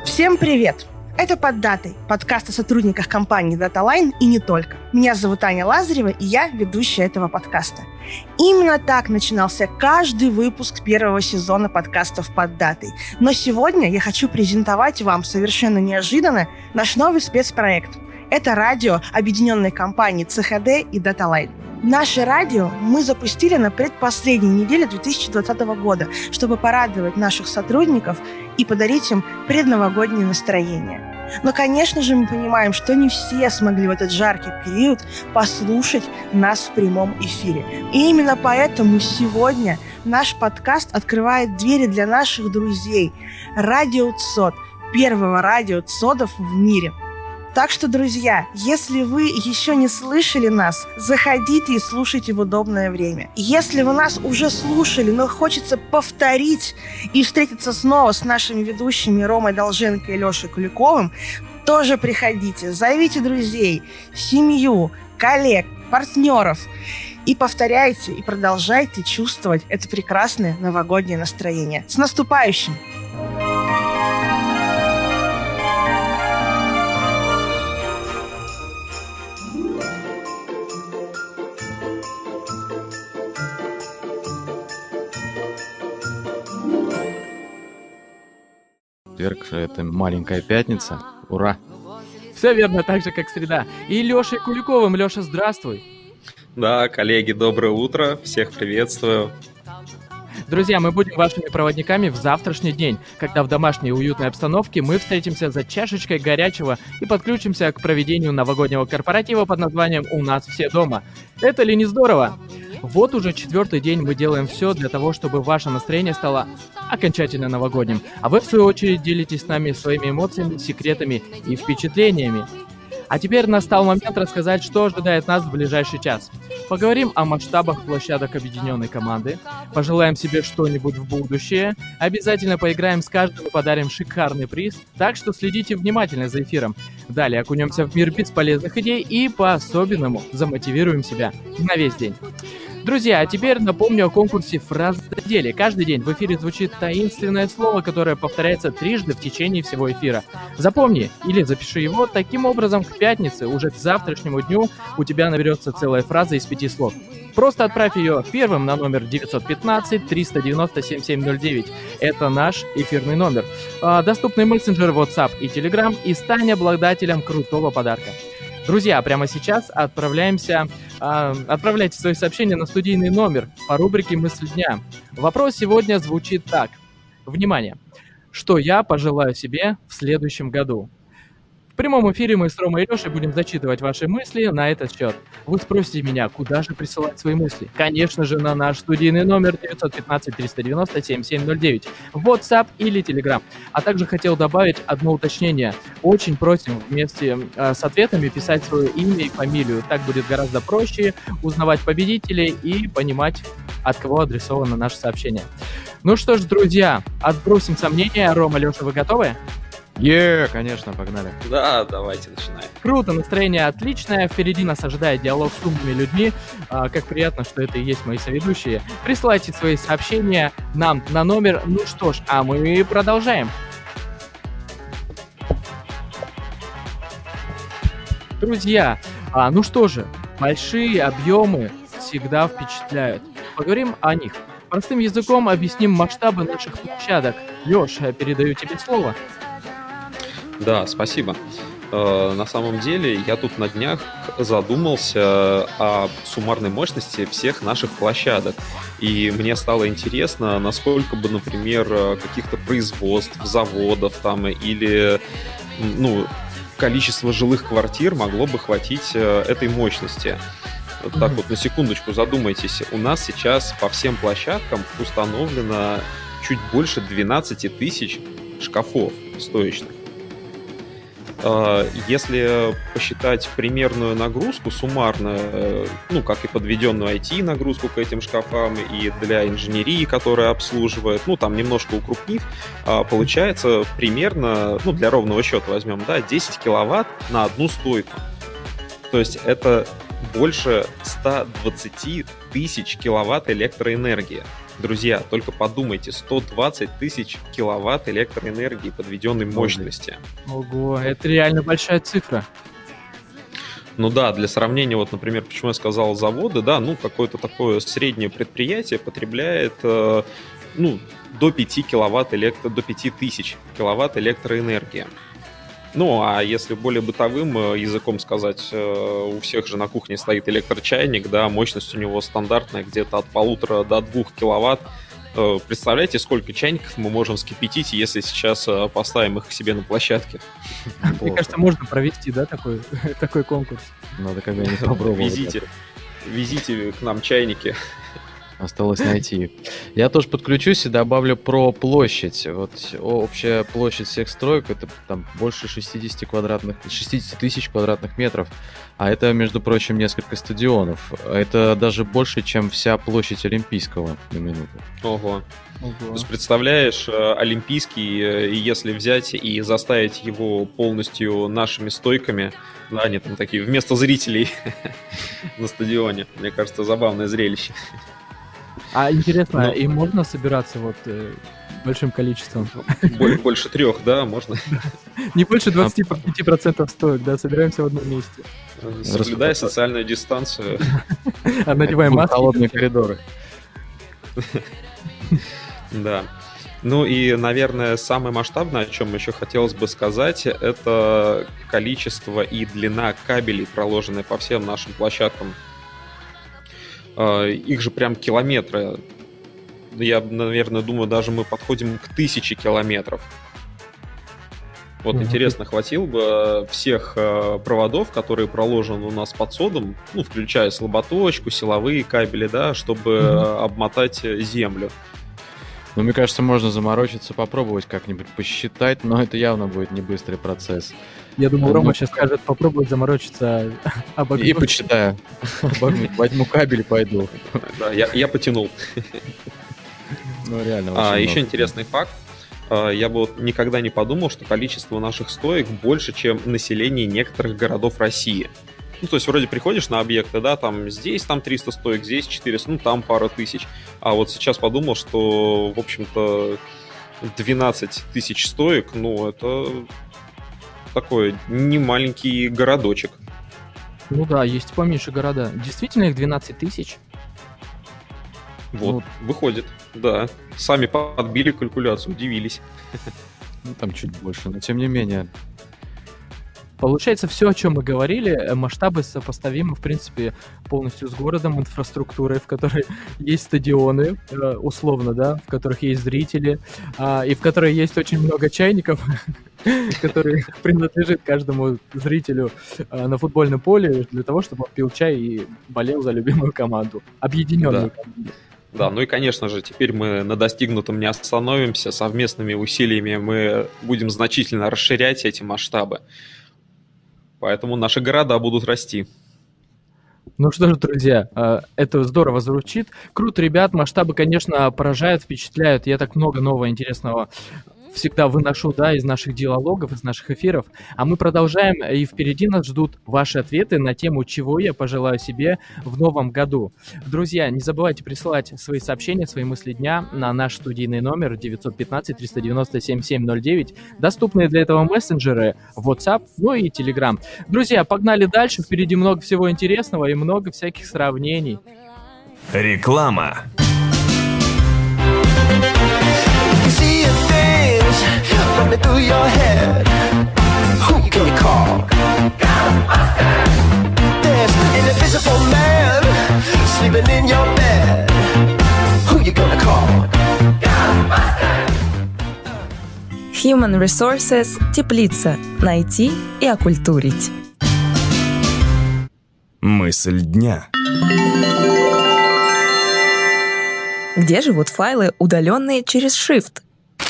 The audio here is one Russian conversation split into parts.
Всем привет! Это «Под датой» – подкаст о сотрудниках компании DataLine и не только. Меня зовут Аня Лазарева, и я ведущая этого подкаста. Именно так начинался каждый выпуск первого сезона подкастов «Под датой». Но сегодня я хочу презентовать вам совершенно неожиданно наш новый спецпроект. Это радио объединенной компании ЦХД и DataLine. Наше радио мы запустили на предпоследней неделе 2020 года, чтобы порадовать наших сотрудников и подарить им предновогоднее настроение. Но, конечно же, мы понимаем, что не все смогли в этот жаркий период послушать нас в прямом эфире. И именно поэтому сегодня наш подкаст открывает двери для наших друзей. Радио ЦОД, первого радио ЦОДов в мире. Так что, друзья, если вы еще не слышали нас, заходите и слушайте в удобное время. Если вы нас уже слушали, но хочется повторить и встретиться снова с нашими ведущими Ромой Долженко и Лешей Куликовым, тоже приходите, зовите друзей, семью, коллег, партнеров и повторяйте и продолжайте чувствовать это прекрасное новогоднее настроение. С наступающим! Четверг – это маленькая пятница. Ура! Все верно, так же, как среда. И Лешей Куликовым. Леша, здравствуй. Да, коллеги, доброе утро. Всех приветствую. Друзья, мы будем вашими проводниками в завтрашний день, когда в домашней уютной обстановке мы встретимся за чашечкой горячего и подключимся к проведению новогоднего корпоратива под названием «У нас все дома». Это ли не здорово? Вот уже 4-й день мы делаем все для того, чтобы ваше настроение стало окончательно новогодним. А вы, в свою очередь, делитесь с нами своими эмоциями, секретами и впечатлениями. А теперь настал момент рассказать, что ожидает нас в ближайший час. Поговорим о масштабах площадок объединенной команды, пожелаем себе что-нибудь в будущее, обязательно поиграем с каждым и подарим шикарный приз, так что следите внимательно за эфиром. Далее окунемся в мир бесполезных идей и по-особенному замотивируем себя на весь день. Друзья, а теперь напомню о конкурсе «Фраза недели». Каждый день в эфире звучит таинственное слово, которое повторяется трижды в течение всего эфира. Запомни или запиши его, таким образом к пятнице, уже к завтрашнему дню, у тебя наберется целая фраза из 5 слов. Просто отправь ее первым на номер 915-390-7709. Это наш эфирный номер. Доступный мессенджер WhatsApp и Telegram, и стань обладателем крутого подарка. Друзья, прямо сейчас отправляйте свои сообщения на студийный номер по рубрике «Мысль дня». Вопрос сегодня звучит так. Внимание! Что я пожелаю себе в следующем году? В прямом эфире мы с Ромой и Лешей будем зачитывать ваши мысли на этот счет. Вы спросите меня, куда же присылать свои мысли? Конечно же, на наш студийный номер 915-390-7709, в WhatsApp или Telegram. А также хотел добавить одно уточнение. Очень просим вместе с ответами писать свое имя и фамилию. Так будет гораздо проще узнавать победителей и понимать, от кого адресовано наше сообщение. Ну что ж, друзья, отбросим сомнения. Рома, Леша, вы готовы? Конечно, погнали. Да, давайте начинаем. Круто, настроение отличное. Впереди нас ожидает диалог с умными людьми. Как приятно, что это и есть мои соведущие. Присылайте свои сообщения нам на номер. Ну что ж, а мы продолжаем. Друзья, ну что же, большие объемы всегда впечатляют. Поговорим о них. Простым языком объясним масштабы наших площадок. Леша, передаю тебе слово. Да, спасибо. На самом деле, я тут на днях задумался о суммарной мощности всех наших площадок. И мне стало интересно, насколько бы, например, каких-то производств, заводов там или, количество жилых квартир могло бы хватить этой мощности. Так вот, на секундочку задумайтесь. У нас сейчас по всем площадкам установлено чуть больше 12 тысяч шкафов стоечных. Если посчитать примерную нагрузку суммарно, как и подведенную IT-нагрузку к этим шкафам и для инженерии, которая обслуживает, там немножко укрупнив, получается примерно, для ровного счета возьмем, 10 киловатт на одну стойку. То есть это больше 120 тысяч киловатт электроэнергии. Друзья, только подумайте, 120 тысяч киловатт электроэнергии подведенной мощности. Ого, это реально большая цифра. Ну да, для сравнения, вот, например, почему я сказал заводы, да, ну, какое-то такое среднее предприятие потребляет, до 5 киловатт до 5000 киловатт электроэнергии. Ну, а если более бытовым языком сказать, у всех же на кухне стоит электрочайник, да, мощность у него стандартная где-то от 1,5 до 2 киловатт. Представляете, сколько чайников мы можем вскипятить, если сейчас поставим их к себе на площадке? Мне кажется, можно провести, да, такой конкурс. Надо когда-нибудь попробовать. Везите к нам чайники. Осталось найти. Я тоже подключусь и добавлю про площадь. Вот общая площадь всех строек это там больше 60 тысяч квадратных метров. А это, между прочим, несколько стадионов. Это даже больше, чем вся площадь Олимпийского, на минуту. Ого. То есть, представляешь, Олимпийский, если взять и заставить его полностью нашими стойками, да, они там такие, вместо зрителей на стадионе. Мне кажется, забавное зрелище. А интересно, и можно собираться большим количеством? Больше 3, да, можно? Не больше 25% стоек, да, собираемся в одном месте. Соблюдая социальную дистанцию. Надеваем маски. Холодные коридоры. Да. Ну и, наверное, самое масштабное, о чем еще хотелось бы сказать, это количество и длина кабелей, проложенные по всем нашим площадкам. Их же прям километры. Я, наверное, думаю, даже мы подходим к 1000 километров. Вот интересно, хватило бы всех проводов, которые проложены у нас под сводом, ну, включая слаботочку, силовые кабели, да, чтобы обмотать землю. Ну, мне кажется, можно заморочиться, попробовать как-нибудь посчитать, но это явно будет не быстрый процесс. Я думаю, Рома сейчас скажет попробовать заморочиться, обогнуть. И почитаю. Возьму кабель и пойду. Да, я потянул. Ну, реально. Еще интересный факт. Я бы никогда не подумал, что количество наших стоек больше, чем население некоторых городов России. Ну, то есть, вроде приходишь на объекты, да, там здесь там 300 стоек, здесь 400, ну, там пару тысяч. А вот сейчас подумал, что, в общем-то, 12 тысяч стоек, ну, это такой немаленький городочек. Ну да, есть поменьше города. Действительно их 12 тысяч? Вот, выходит, да. Сами подбили калькуляцию, удивились. Ну, там чуть больше, но тем не менее. Получается, все, о чем мы говорили, масштабы сопоставимы, в принципе, полностью с городом, инфраструктурой, в которой есть стадионы, условно, да, в которых есть зрители, и в которой есть очень много чайников, которые принадлежат каждому зрителю на футбольном поле для того, чтобы он пил чай и болел за любимую команду, объединенную команду. Да, ну и, конечно же, теперь мы на достигнутом не остановимся, совместными усилиями мы будем значительно расширять эти масштабы. Поэтому наши города будут расти. Ну что ж, друзья, это здорово звучит. Круто, ребят, масштабы, конечно, поражают, впечатляют. Я так много нового интересного всегда выношу, да, из наших диалогов, из наших эфиров. А мы продолжаем, и впереди нас ждут ваши ответы на тему, чего я пожелаю себе в новом году. Друзья, не забывайте присылать свои сообщения, свои мысли дня на наш студийный номер 915-390-7709, доступные для этого мессенджеры WhatsApp, ну и Telegram. Друзья, погнали дальше, впереди много всего интересного и много всяких сравнений. Реклама. Running through your head. Who you gonna call? Ghostbusters! There's an invisible man sleeping in your bed. Who you gonna call? Ghostbusters! Human Resources Теплица. Найти и окультурить. Мысль дня. Где живут файлы, удаленные через Shift?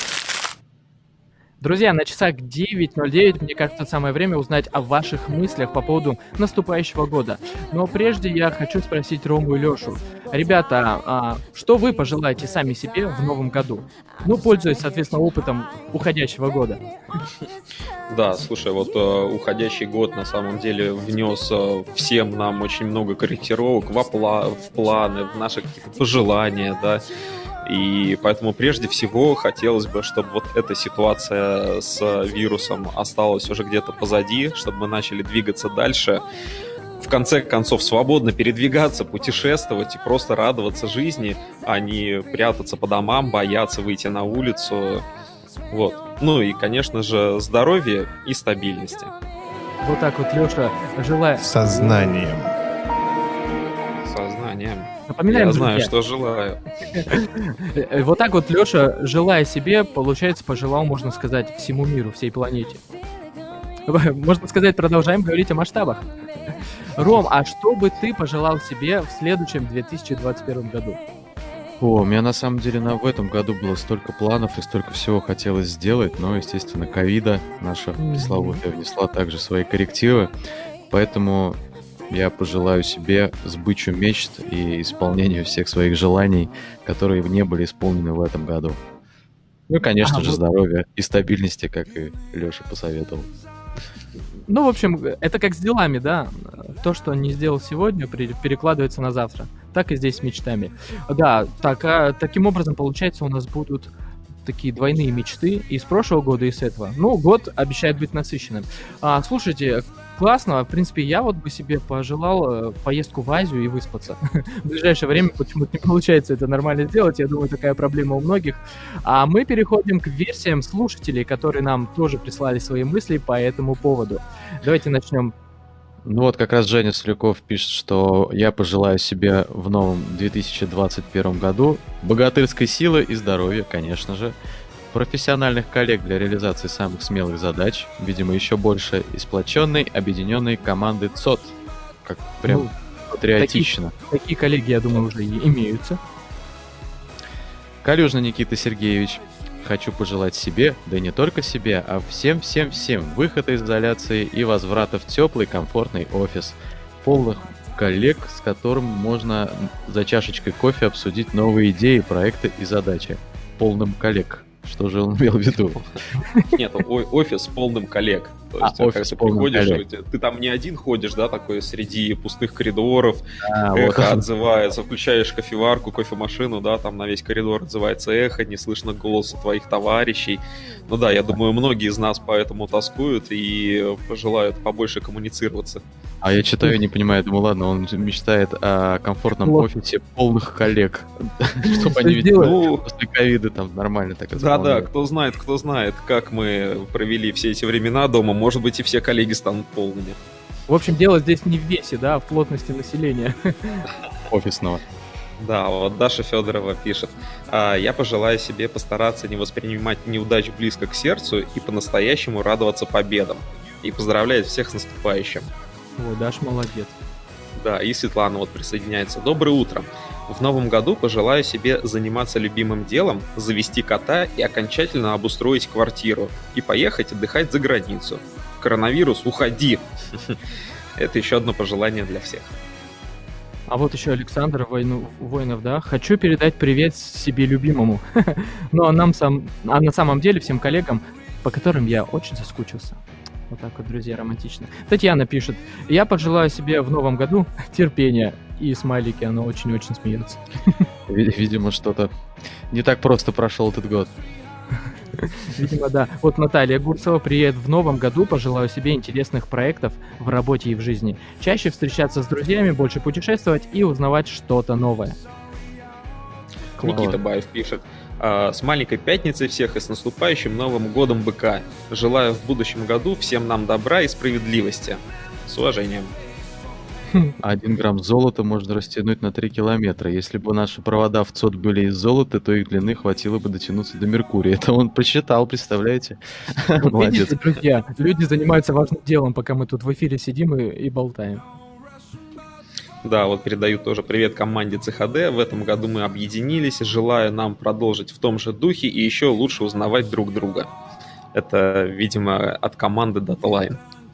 Друзья, на часах 9:09, мне кажется, самое время узнать о ваших мыслях по поводу наступающего года. Но прежде я хочу спросить Рому и Лешу. Ребята, что вы пожелаете сами себе в новом году? Ну, пользуясь, соответственно, опытом уходящего года. Да, слушай, вот уходящий год на самом деле внес всем нам очень много корректировок в планы, в наши какие-то пожелания, да. И поэтому прежде всего хотелось бы, чтобы вот эта ситуация с вирусом осталась уже где-то позади, чтобы мы начали двигаться дальше. В конце концов, свободно передвигаться, путешествовать и просто радоваться жизни, а не прятаться по домам, бояться выйти на улицу. Вот. Ну и, конечно же, здоровья и стабильности. Вот так вот, Леша, желаю... Сознанием. Напоминаем, Я знаю, друзья. что желаю. Вот так вот, Леша, желая себе, получается, пожелал, можно сказать, всему миру, всей планете. Можно сказать, продолжаем говорить о масштабах. Ром, а что бы ты пожелал себе в следующем 2021 году? У меня на самом деле в этом году было столько планов и столько всего хотелось сделать, но, естественно, ковида наша пресловутая внесла также свои коррективы, поэтому я пожелаю себе сбычу мечт и исполнению всех своих желаний, которые не были исполнены в этом году. Ну и, конечно же, здоровья и стабильности, как и Леша посоветовал. Ну, в общем, это как с делами, да? То, что не сделал сегодня, перекладывается на завтра. Так и здесь с мечтами. Да, таким образом, получается, у нас будут такие двойные мечты и с прошлого года, и с этого. Ну, год обещает быть насыщенным. Слушайте, классно. В принципе, я вот бы себе пожелал поездку в Азию и выспаться. В ближайшее время почему-то не получается это нормально сделать. Я думаю, такая проблема у многих. А мы переходим к версиям слушателей, которые нам тоже прислали свои мысли по этому поводу. Давайте начнем. Ну вот как раз Женя Соляков пишет, что я пожелаю себе в новом 2021 году богатырской силы и здоровья, конечно же, профессиональных коллег для реализации самых смелых задач, видимо, еще больше и сплоченной, объединенной команды ЦОД. Как прям патриотично. Такие коллеги, я думаю, уже и имеются. Калюжный Никита Сергеевич. Хочу пожелать себе, да и не только себе, а всем выхода из изоляции и возврата в теплый, комфортный офис. Полных коллег, с которым можно за чашечкой кофе обсудить новые идеи, проекты и задачи. Полным коллег. Что же он имел в виду? Нет, офис с полным коллег. То есть, офис ты полным приходишь, коллег. ты там не один ходишь, да, такой среди пустых коридоров, Вот эхо это. отзывается, включаешь кофеварку, кофемашину, да, там на весь коридор отзывается эхо, не слышно голоса твоих товарищей. Ну да, я думаю, многие из нас поэтому тоскуют и пожелают побольше коммуницироваться. А я читаю и не понимаю, думаю, ладно, он мечтает о комфортном офисе полных коллег. Чтобы они видели после ковида там нормально так это Да-да, кто знает, как мы провели все эти времена дома, может быть, и все коллеги станут полными. В общем, дело здесь не в весе, да, а в плотности населения. офисного. Да, вот Даша Федорова пишет: я пожелаю себе постараться не воспринимать неудач близко к сердцу и по-настоящему радоваться победам. И поздравляет всех с наступающим. О, Даш, молодец. Да, и Светлана вот присоединяется. Доброе утро. В новом году пожелаю себе заниматься любимым делом, завести кота и окончательно обустроить квартиру. И поехать отдыхать за границу. Коронавирус, уходи! Это еще одно пожелание для всех. А вот еще Александр Воинов, да. Хочу передать привет себе любимому. Ну, а на самом деле всем коллегам, по которым я очень соскучился. Вот так вот, друзья, романтично. Татьяна пишет: я пожелаю себе в новом году терпения. И смайлики, она очень-очень смеется. Видимо, что-то не так просто прошел этот год. Видимо, да. Вот Наталья Гурцева: привет, в новом году пожелаю себе интересных проектов в работе и в жизни. Чаще встречаться с друзьями, больше путешествовать и узнавать что-то новое. Никита Баев пишет: с маленькой пятницей всех и с наступающим Новым годом быка. Желаю в будущем году всем нам добра и справедливости. С уважением. 1 грамм золота можно растянуть на 3 километра. Если бы наши провода в ЦОД были из золота, то их длины хватило бы дотянуться до Меркурия. Это он посчитал, представляете? Вот Молодец. видите, друзья, люди занимаются важным делом, пока мы тут в эфире сидим и болтаем. Да, вот передаю тоже привет команде ЦХД. В этом году мы объединились. Желаю нам продолжить в том же духе и еще лучше узнавать друг друга. Это, видимо, от команды DataLine.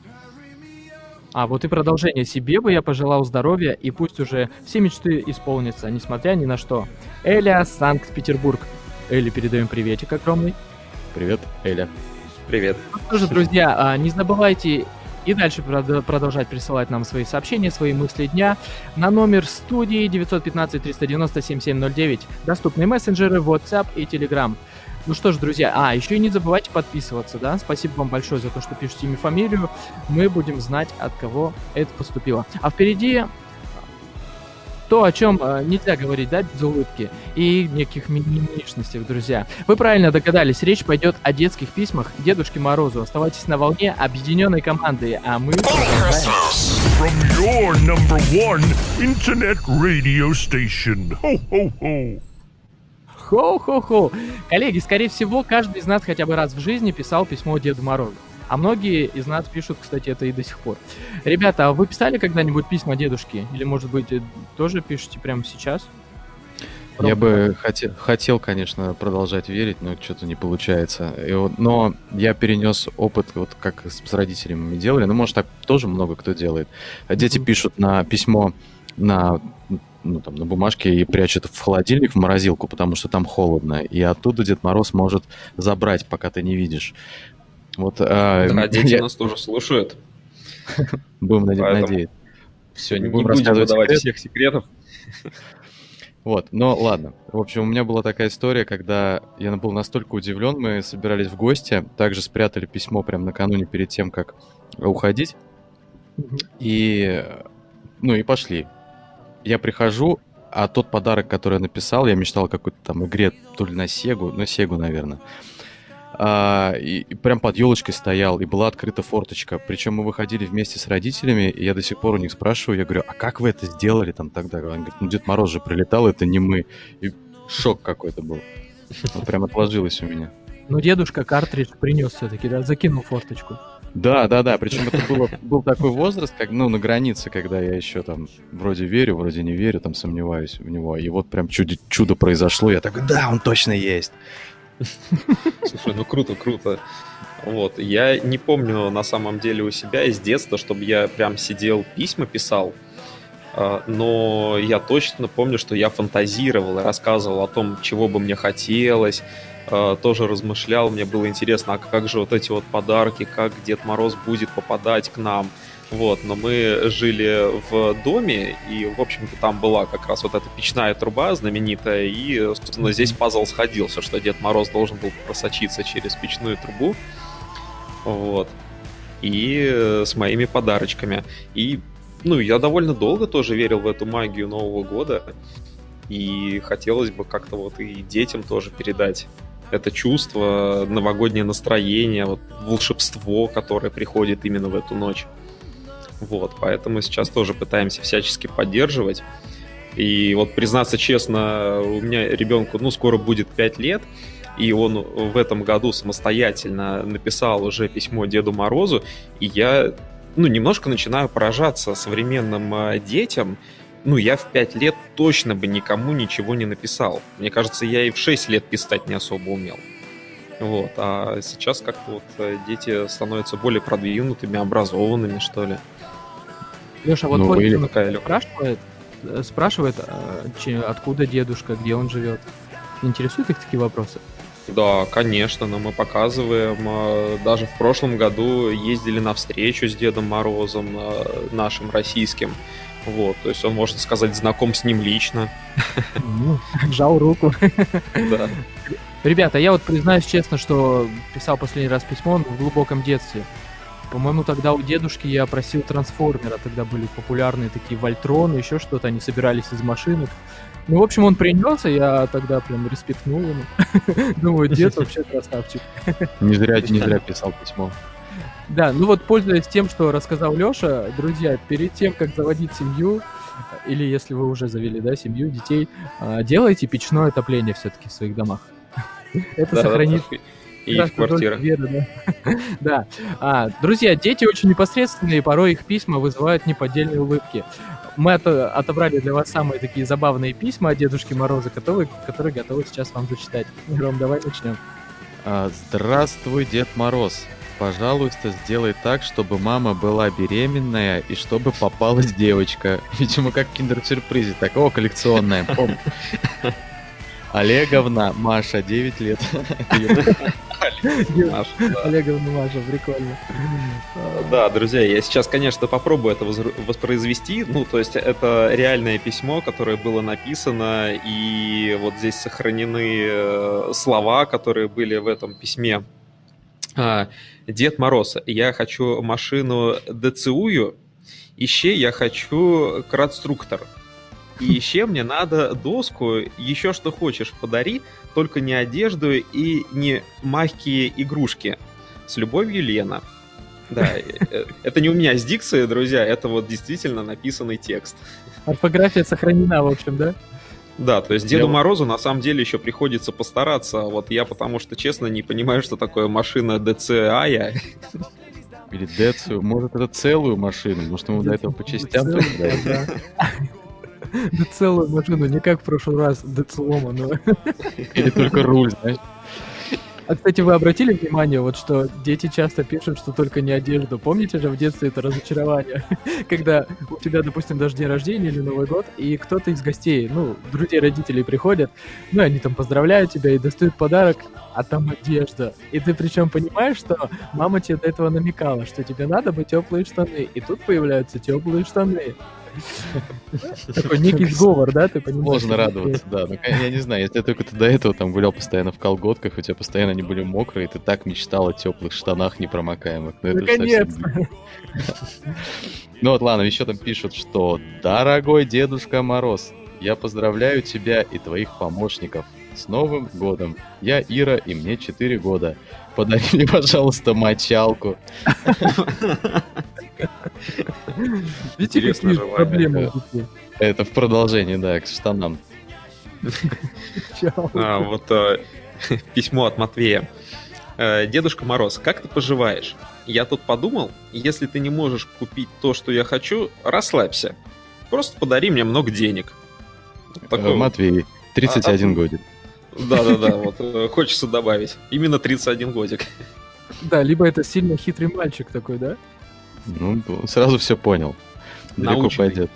А вот и продолжение. Себе бы я пожелал здоровья, и пусть уже все мечты исполнятся, несмотря ни на что. Эля, Санкт-Петербург. Эле передаем приветик огромный. Привет, Эля. Привет. Ну что же, друзья, не забывайте И дальше продолжать присылать нам свои сообщения, свои мысли дня на номер студии 915-390-7709. Доступны мессенджеры, WhatsApp и Telegram. Ну что ж, друзья, еще и не забывайте подписываться, да? Спасибо вам большое за то, что пишете имя, фамилию. Мы будем знать, от кого это поступило. А впереди то, о чем нельзя говорить, да, без улыбки и неких мимишностях, друзья. Вы правильно догадались, речь пойдет о детских письмах Дедушке Морозу. Оставайтесь на волне объединенной команды, а мы продолжаем. From your number one internet radio station. Ho, ho, ho. Хо-хо-хо. Коллеги, скорее всего, каждый из нас хотя бы раз в жизни писал письмо Деду Морозу. А многие из нас пишут, кстати, это и до сих пор. Ребята, а вы писали когда-нибудь письма дедушке? Или, может быть, тоже пишете прямо сейчас? Я бы хотел, конечно, продолжать верить, но что-то не получается. Но я перенес опыт, вот как с родителями мы делали. Ну, может, так тоже много кто делает. Дети пишут на письмо на бумажке и прячут в холодильник, в морозилку, потому что там холодно. И оттуда Дед Мороз может забрать, пока ты не видишь. Вот, дети нас тоже слушают. Будем надеяться. Все, не будем выдавать всех секретов. Вот, но ладно. В общем, у меня была такая история, когда я был настолько удивлен, мы собирались в гости, также спрятали письмо прямо накануне перед тем, как уходить. И пошли. Я прихожу, а тот подарок, который я написал, я мечтал о какой-то там игре, то ли на Сегу, наверное. И прям под елочкой стоял, и была открыта форточка. Причем мы выходили вместе с родителями, и я до сих пор у них спрашиваю, я говорю, а как вы это сделали там тогда? Он говорит, Дед Мороз же прилетал, это не мы. И шок какой-то был. Вот прям отложилось у меня. Ну, дедушка картридж принес все-таки, да, закинул форточку. Да, причем это был такой возраст, как, на границе, когда я еще там вроде верю, вроде не верю, там сомневаюсь в него. И вот прям чудо произошло, я такой, да, он точно есть. Слушай, круто. Вот, я не помню на самом деле у себя из детства, чтобы я прям сидел, письма писал, но я точно помню, что я фантазировал и рассказывал о том, чего бы мне хотелось, тоже размышлял, мне было интересно, а как же вот эти вот подарки, как Дед Мороз будет попадать к нам. Вот, но мы жили в доме, и, в общем-то, там была как раз вот эта печная труба знаменитая, и, собственно, здесь пазл сходился, что Дед Мороз должен был просочиться через печную трубу, вот, и с моими подарочками. И, я довольно долго тоже верил в эту магию Нового года, и хотелось бы как-то вот и детям тоже передать это чувство, новогоднее настроение, вот волшебство, которое приходит именно в эту ночь. Вот, поэтому сейчас тоже пытаемся всячески поддерживать. И вот, признаться честно, у меня ребенку, скоро будет 5 лет, и он в этом году самостоятельно написал уже письмо Деду Морозу, и я, немножко начинаю поражаться современным детям. Я в 5 лет точно бы никому ничего не написал. Мне кажется, я и в 6 лет писать не особо умел. Вот, а сейчас как-то вот дети становятся более продвинутыми, образованными, что ли. Леша, вот твой ребенок спрашивает, откуда дедушка, где он живет. Интересуют их такие вопросы? Да, конечно, но мы показываем. Даже в прошлом году ездили на встречу с Дедом Морозом, нашим российским. Вот, то есть он, можно сказать, знаком с ним лично. Жал руку. Да. Ребята, я вот признаюсь честно, что писал последний раз письмо в глубоком детстве. По-моему, тогда у дедушки я просил трансформера, тогда были популярные такие Вольтроны, еще что-то, они собирались из машинок. В общем, он принес, и я тогда прям респектнул ему. Думаю, дед вообще красавчик. Не зря писал письмо. Да, пользуясь тем, что рассказал Леша, друзья, перед тем, как заводить семью, или если вы уже завели, семью, детей, делайте печное отопление все-таки в своих домах. Это сохранит... И в квартирах. Да. Друзья, дети очень непосредственные, порой их письма вызывают неподдельные улыбки. Мы отобрали для вас самые такие забавные письма от Дедушки Мороза, которые готовы сейчас вам зачитать. Ром, давай начнем. Здравствуй, Дед Мороз. Пожалуйста, сделай так, чтобы мама была беременная и чтобы попалась девочка. Видимо, как в киндер-сюрпризе. Такого коллекционная. Олеговна, Маша, 9 лет. Маша, да. Олеговна Маша, прикольно. Да, друзья, я сейчас, конечно, попробую это воспроизвести. Ну, то есть это реальное письмо, которое было написано, и вот здесь сохранены слова, которые были в этом письме. Дед Мороз, я хочу машину ДЦУю, еще я хочу кратструктор. И еще мне надо доску, еще что хочешь подари, только не одежду и не мягкие игрушки. С любовью, Лена. Да, это не у меня с дикцией, друзья, это вот действительно написанный текст. Орфография сохранена, в общем, да? Да, то есть Деду Морозу на самом деле еще приходится постараться. Вот я, потому что, честно, не понимаю, что такое машина ДЦА. Или Децию. Может, это целую машину? Может, ему до этого по частям подарить? Да целую машину, не как в прошлый раз Децлома, но... Или только руль, знаешь? А, кстати, вы обратили внимание, вот что дети часто пишут, что только не одежду. Помните же в детстве это разочарование? Когда у тебя, допустим, даже день рождения или Новый год, и кто-то из гостей, ну, друзей родителей приходят, ну, они там поздравляют тебя и достают подарок, а там одежда. И ты причем понимаешь, что мама тебе до этого намекала, что тебе надо бы теплые штаны, и тут появляются теплые штаны. Такой некий сговор, да, ты понимаешь? Можно радоваться, да. Ну, я не знаю, если только ты до этого там гулял постоянно в колготках, у тебя постоянно они были мокрые, ты так мечтал о теплых штанах непромокаемых. Наконец-то! Ну вот ладно, еще там пишут, что «Дорогой Дедушка Мороз, я поздравляю тебя и твоих помощников. С Новым годом! Я Ира, и мне 4 года. Подари мне, пожалуйста, мочалку». Видите, какие проблемы у детей? Это в продолжении, да, к штанам. Вот письмо от Матвея. Дедушка Мороз, как ты поживаешь? Я тут подумал, если ты не можешь купить то, что я хочу, расслабься. Просто подари мне много денег. Матвей, 31 годик. Да-да-да, вот хочется добавить. Именно 31 годик. Да, либо это сильно хитрый мальчик такой, да? Ну, сразу все понял. Далеко пойдет.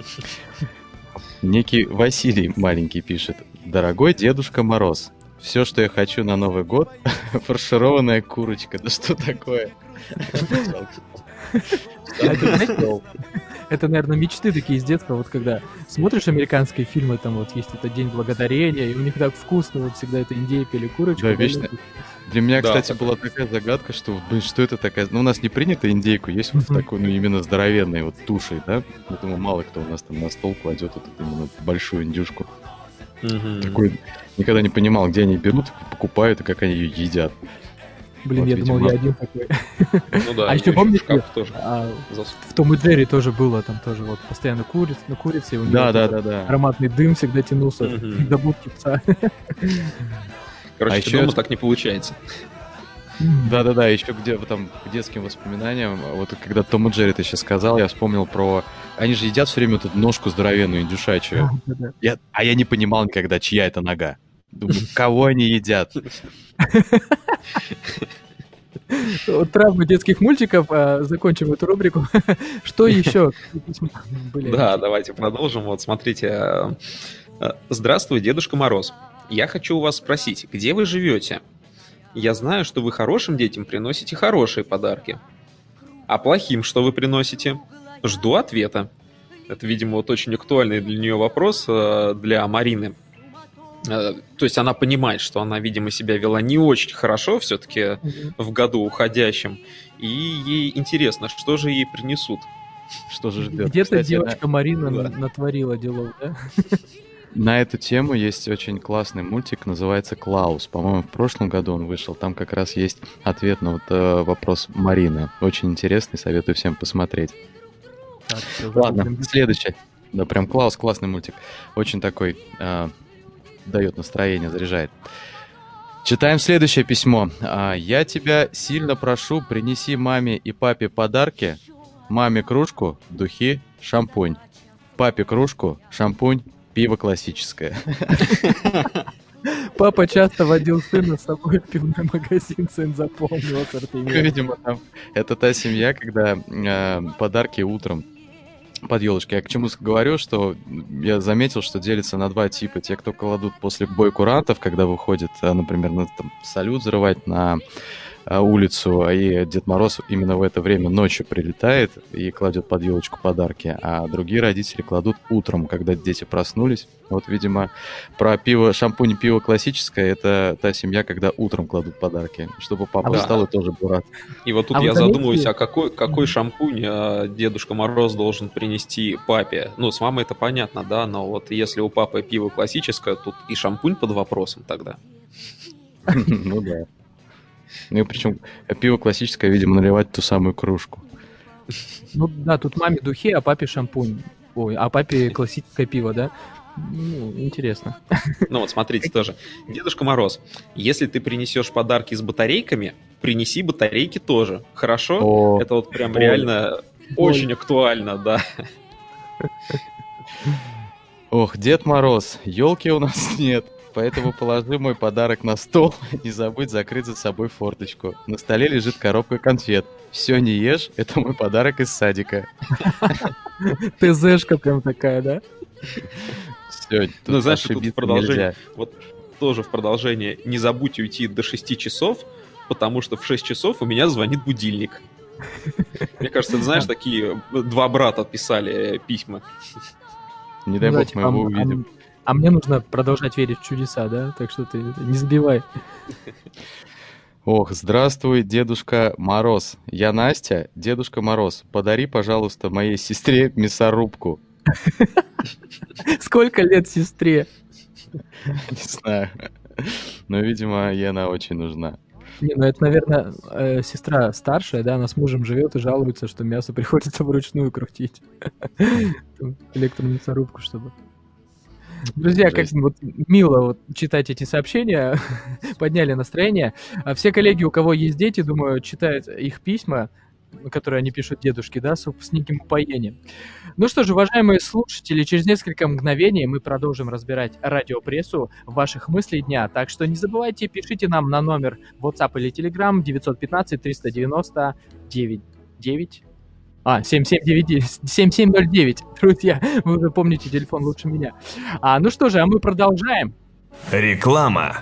Некий Василий маленький пишет. «Дорогой Дедушка Мороз, все, что я хочу на Новый год, фаршированная курочка». Да что такое? Это, наверное, мечты такие из детства, вот когда смотришь американские фильмы, там вот есть этот День Благодарения, и у них так вкусно вот всегда это индейка или курочка. Да, вечно. Для меня, кстати, была такая загадка, что, блин, что это такая... Ну, у нас не принято индейку, есть вот такой, ну, именно здоровенной вот тушей, да? Я думаю, мало кто у нас там на стол кладет вот эту именно большую индюшку. Такой, никогда не понимал, где они берут, покупают и как они ее едят. Блин, вот, я видимо, думал, я один такой. Ну да, а еще помните, тоже. В Том и Джерри тоже было, там тоже вот постоянно курица, и у него ароматный дым всегда тянулся до будки пса. Короче, еще дома так не получается. Да-да-да, еще где там к детским воспоминаниям, вот когда Том и Джерри ты сейчас сказал, я вспомнил про... Они же едят все время вот эту ножку здоровенную, индюшачью. А я не понимал никогда, чья это нога. Думаю, кого они едят? Травмы детских мультиков. Закончим эту рубрику. Что еще? Да, давайте продолжим. Вот смотрите. Здравствуй, Дедушка Мороз. Я хочу у вас спросить, где вы живете? Я знаю, что вы хорошим детям приносите хорошие подарки. А плохим что вы приносите? Жду ответа. Это, видимо, вот очень актуальный для нее вопрос, для Марины. То есть она понимает, что она, видимо, себя вела не очень хорошо все-таки в году уходящем. И ей интересно, что же ей принесут. Что же ждет. Где-то девочка Марина натворила делов, да? На эту тему есть очень классный мультик, называется «Клаус». По-моему, в прошлом году он вышел. Там как раз есть ответ на вот вопрос Марины. Очень интересный, советую всем посмотреть. Так, ладно, следующий. Да, прям «Клаус», классный мультик. Очень такой, дает настроение, заряжает. Читаем следующее письмо. «Я тебя сильно прошу, принеси маме и папе подарки. Маме кружку, духи, шампунь. Папе кружку, шампунь, пиво классическое». Папа часто водил сына с собой в пивной магазин, сын запомнил ассортимент. Видимо, там это та семья, когда подарки утром под елочкой. Я к чему говорю, что я заметил, что делится на два типа. Те, кто кладут после боекурантов, когда выходит, например, там, салют взрывать на улицу, и Дед Мороз именно в это время ночью прилетает и кладет под елочку подарки, а другие родители кладут утром, когда дети проснулись. Вот, видимо, про пиво, шампунь и пиво классическое, это та семья, когда утром кладут подарки, чтобы папа встал и тоже был рад. И вот тут я задумываюсь, а какой шампунь Дедушка Мороз должен принести папе? Ну, с мамой это понятно, да, но вот если у папы пиво классическое, тут и шампунь под вопросом тогда. Ну да. Ну и причем пиво классическое, видимо, наливать в ту самую кружку. Ну да, тут маме духи, а папе шампунь. Ой, а папе классическое пиво, да? Ну, интересно. Ну вот смотрите тоже. Дедушка Мороз, если ты принесешь подарки с батарейками, принеси батарейки тоже. Хорошо? Это вот прям реально очень актуально, да. Ох, Дед Мороз, елки у нас нет. Поэтому положи мой подарок на стол, не забудь закрыть за собой форточку. На столе лежит коробка конфет. Все не ешь, это мой подарок из садика. ТЗшка прям такая, да? Все, ну, знаешь, тут в продолжение, вот тоже в продолжение, не забудь уйти до 6 часов, потому что в 6 часов у меня звонит будильник. Мне кажется, ты знаешь, такие два брата писали письма. Не дай бог мы его увидим. А мне нужно продолжать верить в чудеса, да? Так что ты не забивай. Ох, здравствуй, Дедушка Мороз. Я Настя, Дедушка Мороз. Подари, пожалуйста, моей сестре мясорубку. Сколько лет сестре? Не знаю. Но, видимо, ей она очень нужна. Не, ну это, наверное, сестра старшая, да, она с мужем живет и жалуется, что мясо приходится вручную крутить. Электромясорубку, чтобы... Друзья, как вот мило вот читать эти сообщения, подняли настроение. Все коллеги, у кого есть дети, думаю, читают их письма, которые они пишут дедушке, да, с неким упоением. Ну что же, уважаемые слушатели, через несколько мгновений мы продолжим разбирать радиопрессу ваших мыслей дня. Так что не забывайте, пишите нам на номер WhatsApp или Telegram 915-390-99. 7709. Друзья, вы уже помните телефон лучше меня. Ну что же, мы продолжаем. Реклама.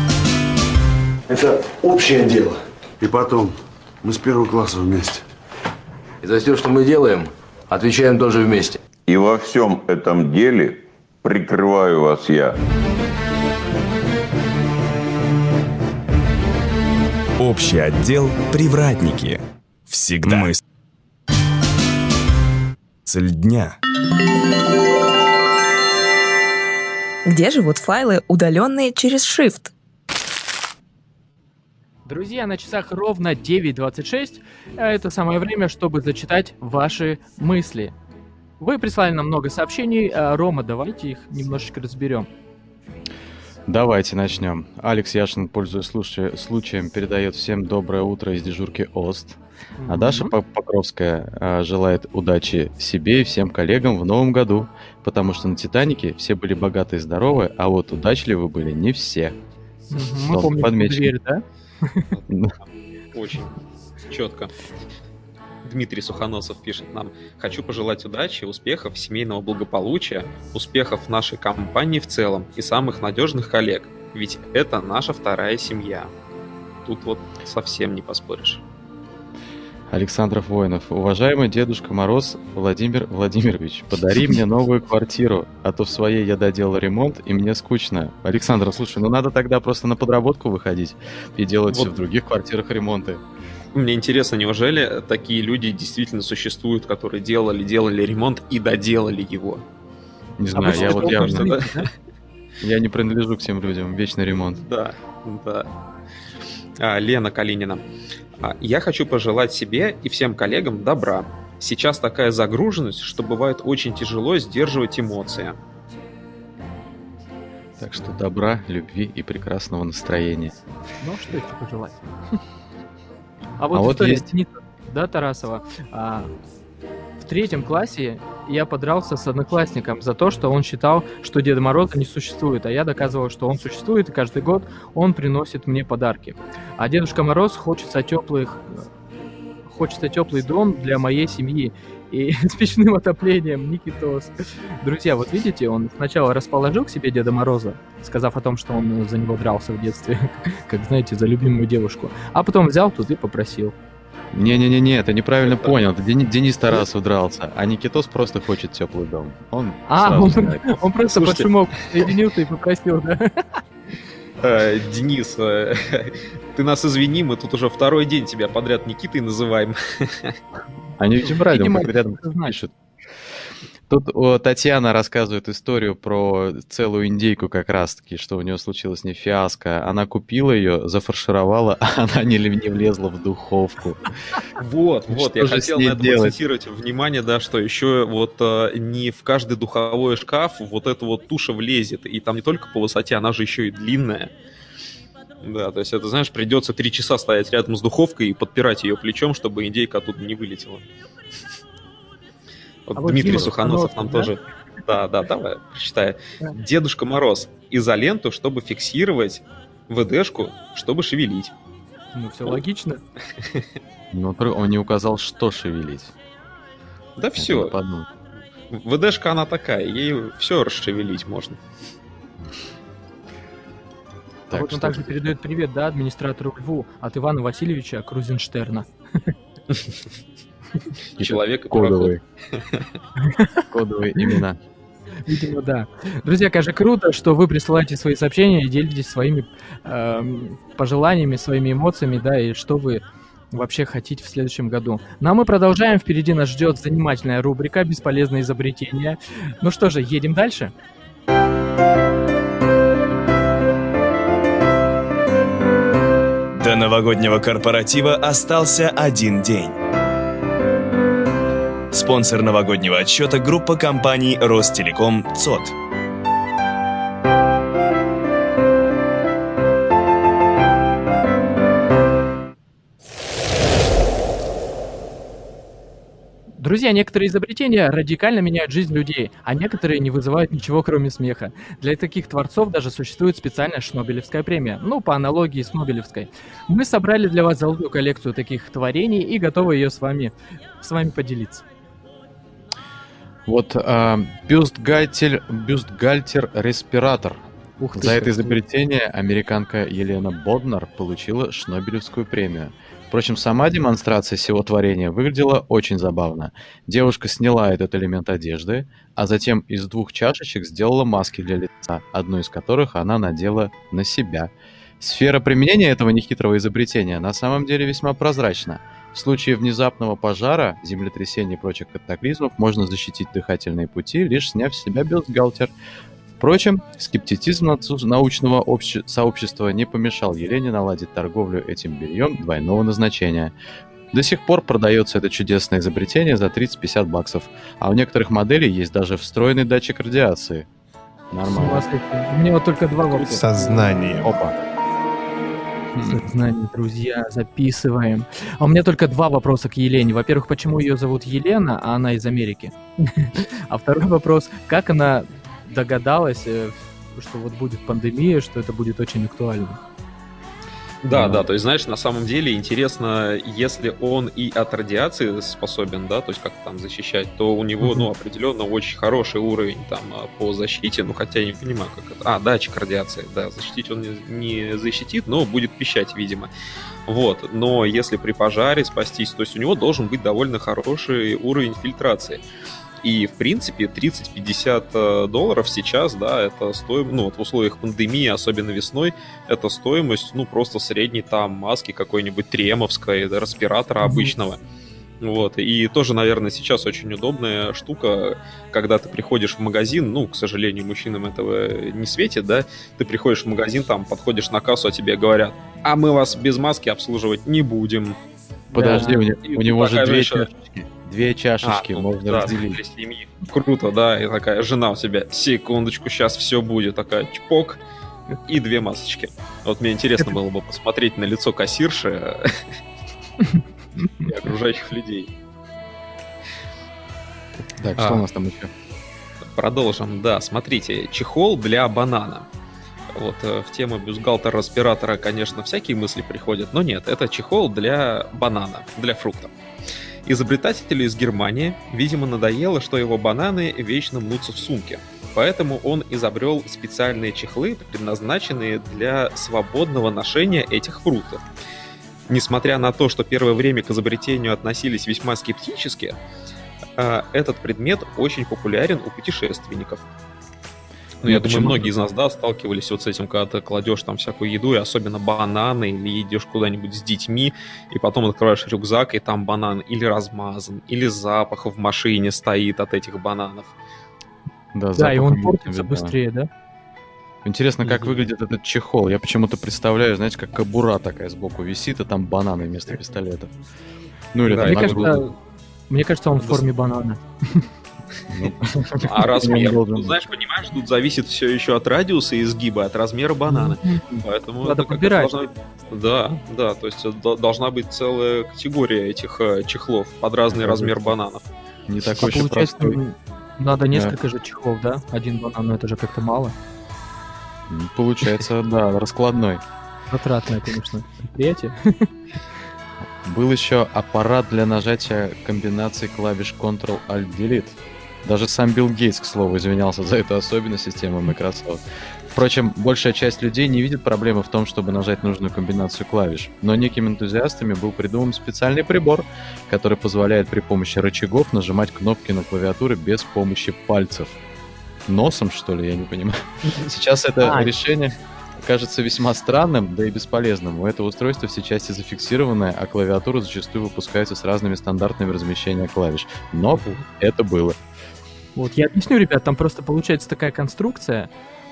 Это общее дело. И потом, мы с первого класса вместе. И за все, что мы делаем, отвечаем тоже вместе. И во всем этом деле прикрываю вас я. Общий отдел «Привратники». Всегда мысль дня. Где живут файлы, удаленные через Shift? Друзья, на часах ровно 9:26. Это самое время, чтобы зачитать ваши мысли. Вы прислали нам много сообщений. Рома, давайте их немножечко разберем. Давайте начнем. Алекс Яшин, пользуясь случаем, передает всем доброе утро из дежурки ОСТ. А Даша Покровская желает удачи себе и всем коллегам в новом году, потому что на «Титанике» все были богаты и здоровы, а вот удачливы были не все. Мы помним дверь, да? Очень четко. Дмитрий Сухоносов пишет нам: «Хочу пожелать удачи, успехов, семейного благополучия, успехов в нашей компании в целом и самых надежных коллег, ведь это наша вторая семья». Тут вот совсем не поспоришь. Александров Воинов. Уважаемый Дедушка Мороз Владимир Владимирович, подари мне новую квартиру, а то в своей я доделал ремонт, и мне скучно. Александр, слушай, ну надо тогда просто на подработку выходить и делать в других квартирах ремонты. Мне интересно, неужели такие люди действительно существуют, которые делали ремонт и доделали его? Не знаю, я вот явно... Я не принадлежу к тем людям, вечный ремонт. Да. Лена Калинина. Я хочу пожелать себе и всем коллегам добра. Сейчас такая загруженность, что бывает очень тяжело сдерживать эмоции. Так что добра, любви и прекрасного настроения. Ну, что еще пожелать? А вот история есть... да, Тарасова. В 3 классе я подрался с одноклассником за то, что он считал, что Деда Мороза не существует, а я доказывал, что он существует, и каждый год он приносит мне подарки. А Дедушка Мороз хочет хочется теплый дом для моей семьи и с печным отоплением, Никитос. Друзья, вот видите, он сначала расположил к себе Деда Мороза, сказав о том, что он за него дрался в детстве, как, знаете, за любимую девушку, а потом взял тут и попросил. Не-не-не, ты неправильно понял. Это Денис Тарасов дрался, а Никитос просто хочет теплый дом. Он просто под шумок соединился и попросил, да? Денис, ты нас извини, мы тут уже второй день тебя подряд Никитой называем. Они ведь брали, он рядом пишет. Тут Татьяна рассказывает историю про целую индейку как раз-таки, что у нее случилось с ней фиаско. Она купила ее, зафаршировала, а она не влезла в духовку. Вот, я хотел на это акцентировать внимание, да, что еще вот не в каждый духовой шкаф вот эта вот туша влезет. И там не только по высоте, она же еще и длинная. Да, то есть это, знаешь, придется 3 часа стоять рядом с духовкой и подпирать ее плечом, чтобы индейка оттуда не вылетела. Вот Дмитрий Сухоносов нам тоже... Да, давай, прочитай. Дедушка Мороз. Изоленту, чтобы фиксировать, ВДшку, чтобы шевелить. Ну, все логично. Но он не указал, что шевелить. Да все. ВДшка она такая, ей все расшевелить можно. А вот он также передает привет, да, администратору Льву от Ивана Васильевича Крузенштерна. Человек кодовые имена. Видимо, да. Друзья, конечно, круто, что вы присылаете свои сообщения и делитесь своими пожеланиями, своими эмоциями, да, и что вы вообще хотите в следующем году. Ну а мы продолжаем. Впереди нас ждет занимательная рубрика «Бесполезные изобретения». Ну что же, едем дальше. До новогоднего корпоратива остался 1 день. Спонсор новогоднего отчета — группа компаний Ростелеком ЦОТ. Друзья, некоторые изобретения радикально меняют жизнь людей, а некоторые не вызывают ничего, кроме смеха. Для таких творцов даже существует специальная Шнобелевская премия, ну, по аналогии с Нобелевской. Мы собрали для вас золотую коллекцию таких творений и готовы ее с вами поделиться. Вот бюстгальтер-респиратор. За это изобретение американка Елена Боднар получила Шнобелевскую премию. Впрочем, сама демонстрация всего творения выглядела очень забавно. Девушка сняла этот элемент одежды, а затем из 2 чашечек сделала маски для лица, одну из которых она надела на себя. Сфера применения этого нехитрого изобретения на самом деле весьма прозрачна. В случае внезапного пожара, землетрясений и прочих катаклизмов можно защитить дыхательные пути, лишь сняв с себя бюстгальтер. Впрочем, скептицизм научного сообщества не помешал Елене наладить торговлю этим бельем двойного назначения. До сих пор продается это чудесное изобретение за 30-50 баксов, а у некоторых моделей есть даже встроенный датчик радиации. Нормально. У меня вот только 2 вопроса. Сознание. Опа. Сознание, друзья, записываем. А у меня только 2 вопроса к Елене. Во-первых, почему ее зовут Елена, а она из Америки? А второй вопрос, как она догадалась, что вот будет пандемия, что это будет очень актуально? Да, то есть, знаешь, на самом деле интересно, если он и от радиации способен, да, то есть как там защищать, то у него, определенно очень хороший уровень там по защите, хотя я не понимаю, как это. Датчик радиации, да, защитить он не защитит, но будет пищать, видимо. Вот, но если при пожаре спастись, то есть у него должен быть довольно хороший уровень фильтрации. И, в принципе, $30-50 сейчас, да, это стоимость, вот в условиях пандемии, особенно весной, это стоимость, просто средней там маски какой-нибудь тремовской, да, респиратора обычного. Вот, и тоже, наверное, сейчас очень удобная штука, когда ты приходишь в магазин, к сожалению, мужчинам этого не светит, да, ты приходишь в магазин, там, подходишь на кассу, а тебе говорят, а мы вас без маски обслуживать не будем. Подожди, у него же 2 чашечки. 2 чашечки можно разделить. Для семьи. Круто, да, и такая жена у тебя, секундочку, сейчас все будет, такая чпок, и 2 масочки. Вот мне интересно было бы посмотреть на лицо кассирши и окружающих людей. Так, что у нас там еще? Продолжим, да, смотрите, чехол для банана. Вот в тему бюстгальтера-респиратора, конечно, всякие мысли приходят, но нет, это чехол для банана, для фрукта. Изобретателю из Германии, видимо, надоело, что его бананы вечно мнутся в сумке. Поэтому он изобрел специальные чехлы, предназначенные для свободного ношения этих фруктов. Несмотря на то, что первое время к изобретению относились весьма скептически, этот предмет очень популярен у путешественников. Ну, я думаю, многие из нас, да, сталкивались вот с этим, когда ты кладешь там всякую еду, и особенно бананы, или идешь куда-нибудь с детьми, и потом открываешь рюкзак, и там банан или размазан, или запах в машине стоит от этих бананов. Да, и он портится быстрее, да? Интересно, как выглядит этот чехол. Я почему-то представляю, знаете, как кобура такая сбоку висит, и там бананы вместо пистолета. Ну или да, там мне кажется, он в форме банана. А размер, знаешь, понимаешь, тут зависит все еще от радиуса и изгиба, от размера банана. Поэтому надо подбирать. Да, то есть должна быть целая категория этих чехлов под разный размер бананов. Не такой еще простой. Надо несколько же чехлов, да? Один банан, но это же как-то мало. Получается, да, раскладной. Затратное, конечно, предприятие. Был еще аппарат для нажатия комбинаций клавиш Ctrl-Alt-Delete. Даже сам Билл Гейтс, к слову, извинялся за эту особенность системы Microsoft. Впрочем, большая часть людей не видит проблемы в том, чтобы нажать нужную комбинацию клавиш. Но некими энтузиастами был придуман специальный прибор, который позволяет при помощи рычагов нажимать кнопки на клавиатуре без помощи пальцев. Носом, что ли, я не понимаю. Сейчас это решение кажется весьма странным, да и бесполезным. У этого устройства все части зафиксированные, а клавиатура зачастую выпускается с разными стандартными размещениями клавиш. Но это было. Вот, я объясню, ребят, там просто получается такая конструкция,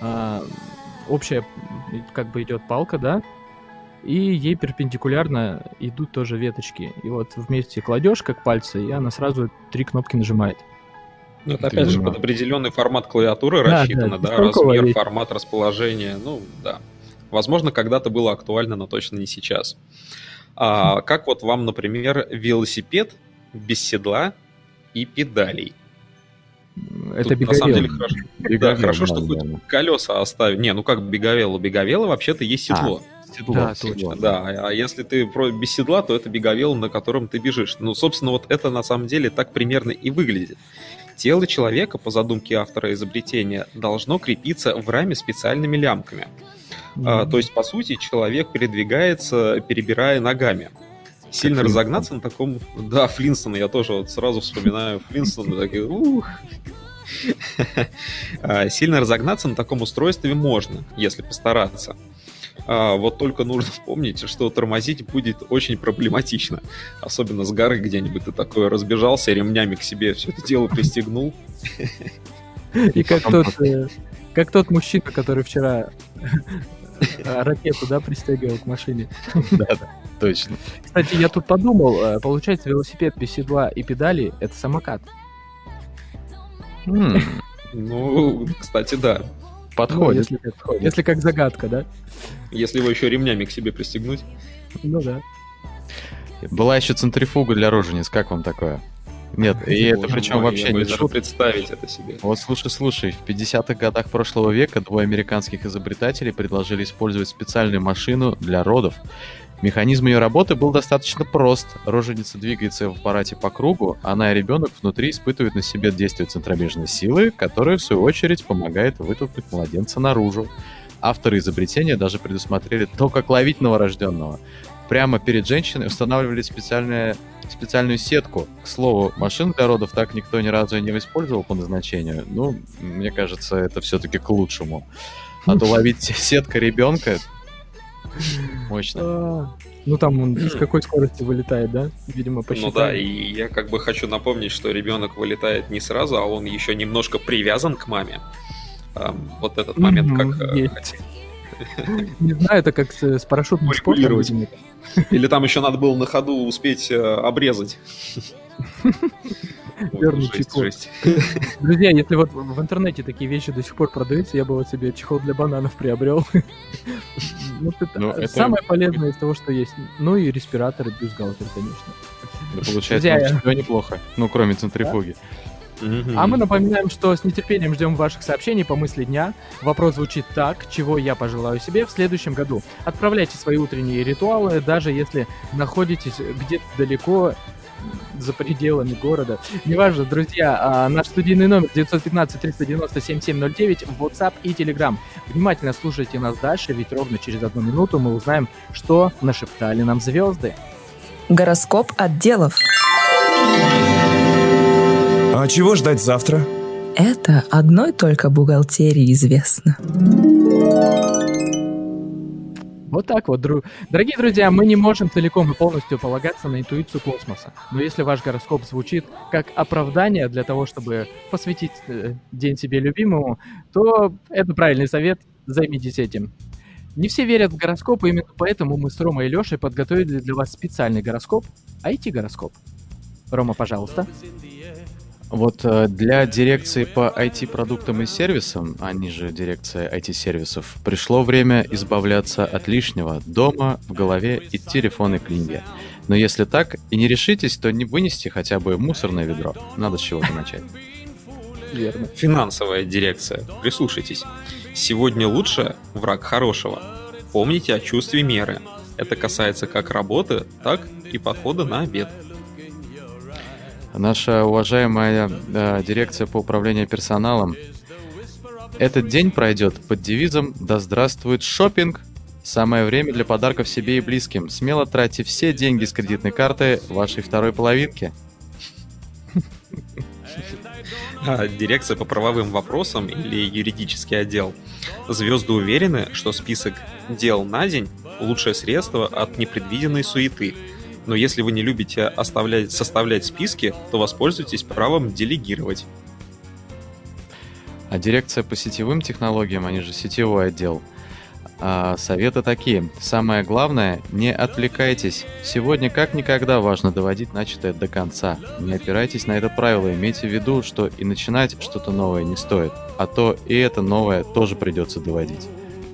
общая, как бы идет палка, да, и ей перпендикулярно идут тоже веточки. И вот вместе кладешь, как пальцы, и она сразу 3 кнопки нажимает. Ну, это опять же под определенный формат клавиатуры рассчитано, да, размер, формат, расположение, ну, да. Возможно, когда-то было актуально, но точно не сейчас. Как вот вам, например, велосипед без седла и педалей? Это беговело. На самом деле хорошо. Да, хорошо, что хоть колеса оставили. Не, ну как беговело? Беговело вообще-то есть седло. Седло, да, точно. Да, а если ты без седла, то это беговело, на котором ты бежишь. Ну, собственно, вот это на самом деле так примерно и выглядит. Тело человека, по задумке автора изобретения, должно крепиться в раме специальными лямками. То есть, по сути, человек передвигается, перебирая ногами. Сильно разогнаться на таком... Да, Флинстоны, я тоже вот сразу вспоминаю Флинстоны, такие... Сильно разогнаться на таком устройстве можно, если постараться. Вот только нужно помнить, что тормозить будет очень проблематично. Особенно с горы где-нибудь ты такой разбежался, ремнями к себе все это дело пристегнул. И как тот мужчина, который вчера ракету, да, пристегивал к машине. Да, точно. Кстати, я тут подумал, получается, велосипед без седла и педали — это самокат. Ну, кстати, да. Подходит. Если как загадка, да? Если его еще ремнями к себе пристегнуть. Ну да. Была еще центрифуга для рожениц, как вам такое? Нет, и это причем вообще не шутка. Представить это себе. Вот слушай, в 50-х годах прошлого века 2 американских изобретателей предложили использовать специальную машину для родов. Механизм ее работы был достаточно прост. Роженица двигается в аппарате по кругу, она и ребенок внутри испытывают на себе действие центробежной силы, которая, в свою очередь, помогает вытолкнуть младенца наружу. Авторы изобретения даже предусмотрели то, как ловить новорожденного. Прямо перед женщиной устанавливали специальную сетку. К слову, машин для родов так никто ни разу и не использовал по назначению. Ну, мне кажется, это все-таки к лучшему. А то ловить сетка ребенка... Мощно. Ну там он с какой скоростью вылетает, да? Видимо, посчитали. Ну да, и я как бы хочу напомнить, что ребенок вылетает не сразу, а он еще немножко привязан к маме. Вот этот момент как... Не знаю, это как с парашютным спортом. Или там еще надо было на ходу успеть обрезать. Верный чехол. Друзья, если вот в интернете такие вещи до сих пор продаются, я бы вот себе чехол для бананов приобрел. Самое полезное из того, что есть. Ну и респираторы, бюстгальтер, конечно. Да, получается, все неплохо. Ну, кроме центрифуги. А мы напоминаем, что с нетерпением ждем ваших сообщений по мысли дня. Вопрос звучит так: чего я пожелаю себе в следующем году? Отправляйте свои утренние ритуалы, даже если находитесь где-то далеко, за пределами города. Неважно, друзья, наш студийный номер 915-390-7709, WhatsApp и Telegram. Внимательно слушайте нас дальше, ведь ровно через 1 минуту мы узнаем, что нашептали нам звезды. Гороскоп отделов. А чего ждать завтра? Это одной только бухгалтерии известно. Вот так вот, дорогие друзья, мы не можем целиком и полностью полагаться на интуицию космоса. Но если ваш гороскоп звучит как оправдание для того, чтобы посвятить день себе любимому, то это правильный совет, займитесь этим. Не все верят в гороскопы, именно поэтому мы с Ромой и Лешей подготовили для вас специальный гороскоп, IT-гороскоп. Рома, пожалуйста. Вот для дирекции по IT-продуктам и сервисам, они же дирекция IT-сервисов, пришло время избавляться от лишнего дома, в голове и телефонной книги. Но если так и не решитесь, то не вынести хотя бы мусорное ведро. Надо с чего-то начать. Верно. Финансовая дирекция. Прислушайтесь. Сегодня лучше враг хорошего. Помните о чувстве меры. Это касается как работы, так и подхода на обед. Наша уважаемая дирекция по управлению персоналом. Этот день пройдет под девизом «Да здравствует шопинг!». Самое время для подарков себе и близким. Смело тратьте все деньги с кредитной карты вашей второй половинки. Дирекция по правовым вопросам или юридический отдел. Звезды уверены, что список дел на день – лучшее средство от непредвиденной суеты. Но если вы не любите составлять списки, то воспользуйтесь правом делегировать. А дирекция по сетевым технологиям, они же сетевой отдел. Советы такие. Самое главное, не отвлекайтесь. Сегодня как никогда важно доводить начатое до конца. Не опирайтесь на это правило. Имейте в виду, что и начинать что-то новое не стоит. А то и это новое тоже придется доводить.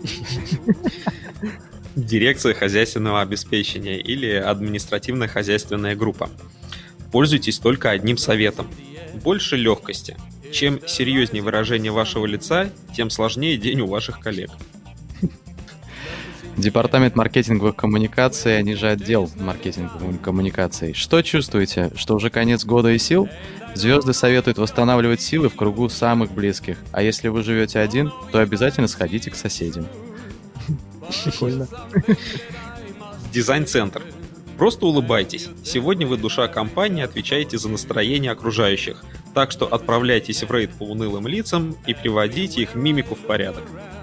Дирекция хозяйственного обеспечения или административно-хозяйственная группа. Пользуйтесь только одним советом. Больше легкости. Чем серьезнее выражение вашего лица, тем сложнее день у ваших коллег. Департамент маркетинговых коммуникаций, они же отдел маркетинговых коммуникаций. Что чувствуете? Что уже конец года и сил? Звезды советуют восстанавливать силы в кругу самых близких. А если вы живете один, то обязательно сходите к соседям. Прикольно. Дизайн-центр. Просто улыбайтесь. Сегодня вы душа компании, отвечаете за настроение окружающих. Так что отправляйтесь в рейд по унылым лицам и приводите их мимику в порядок.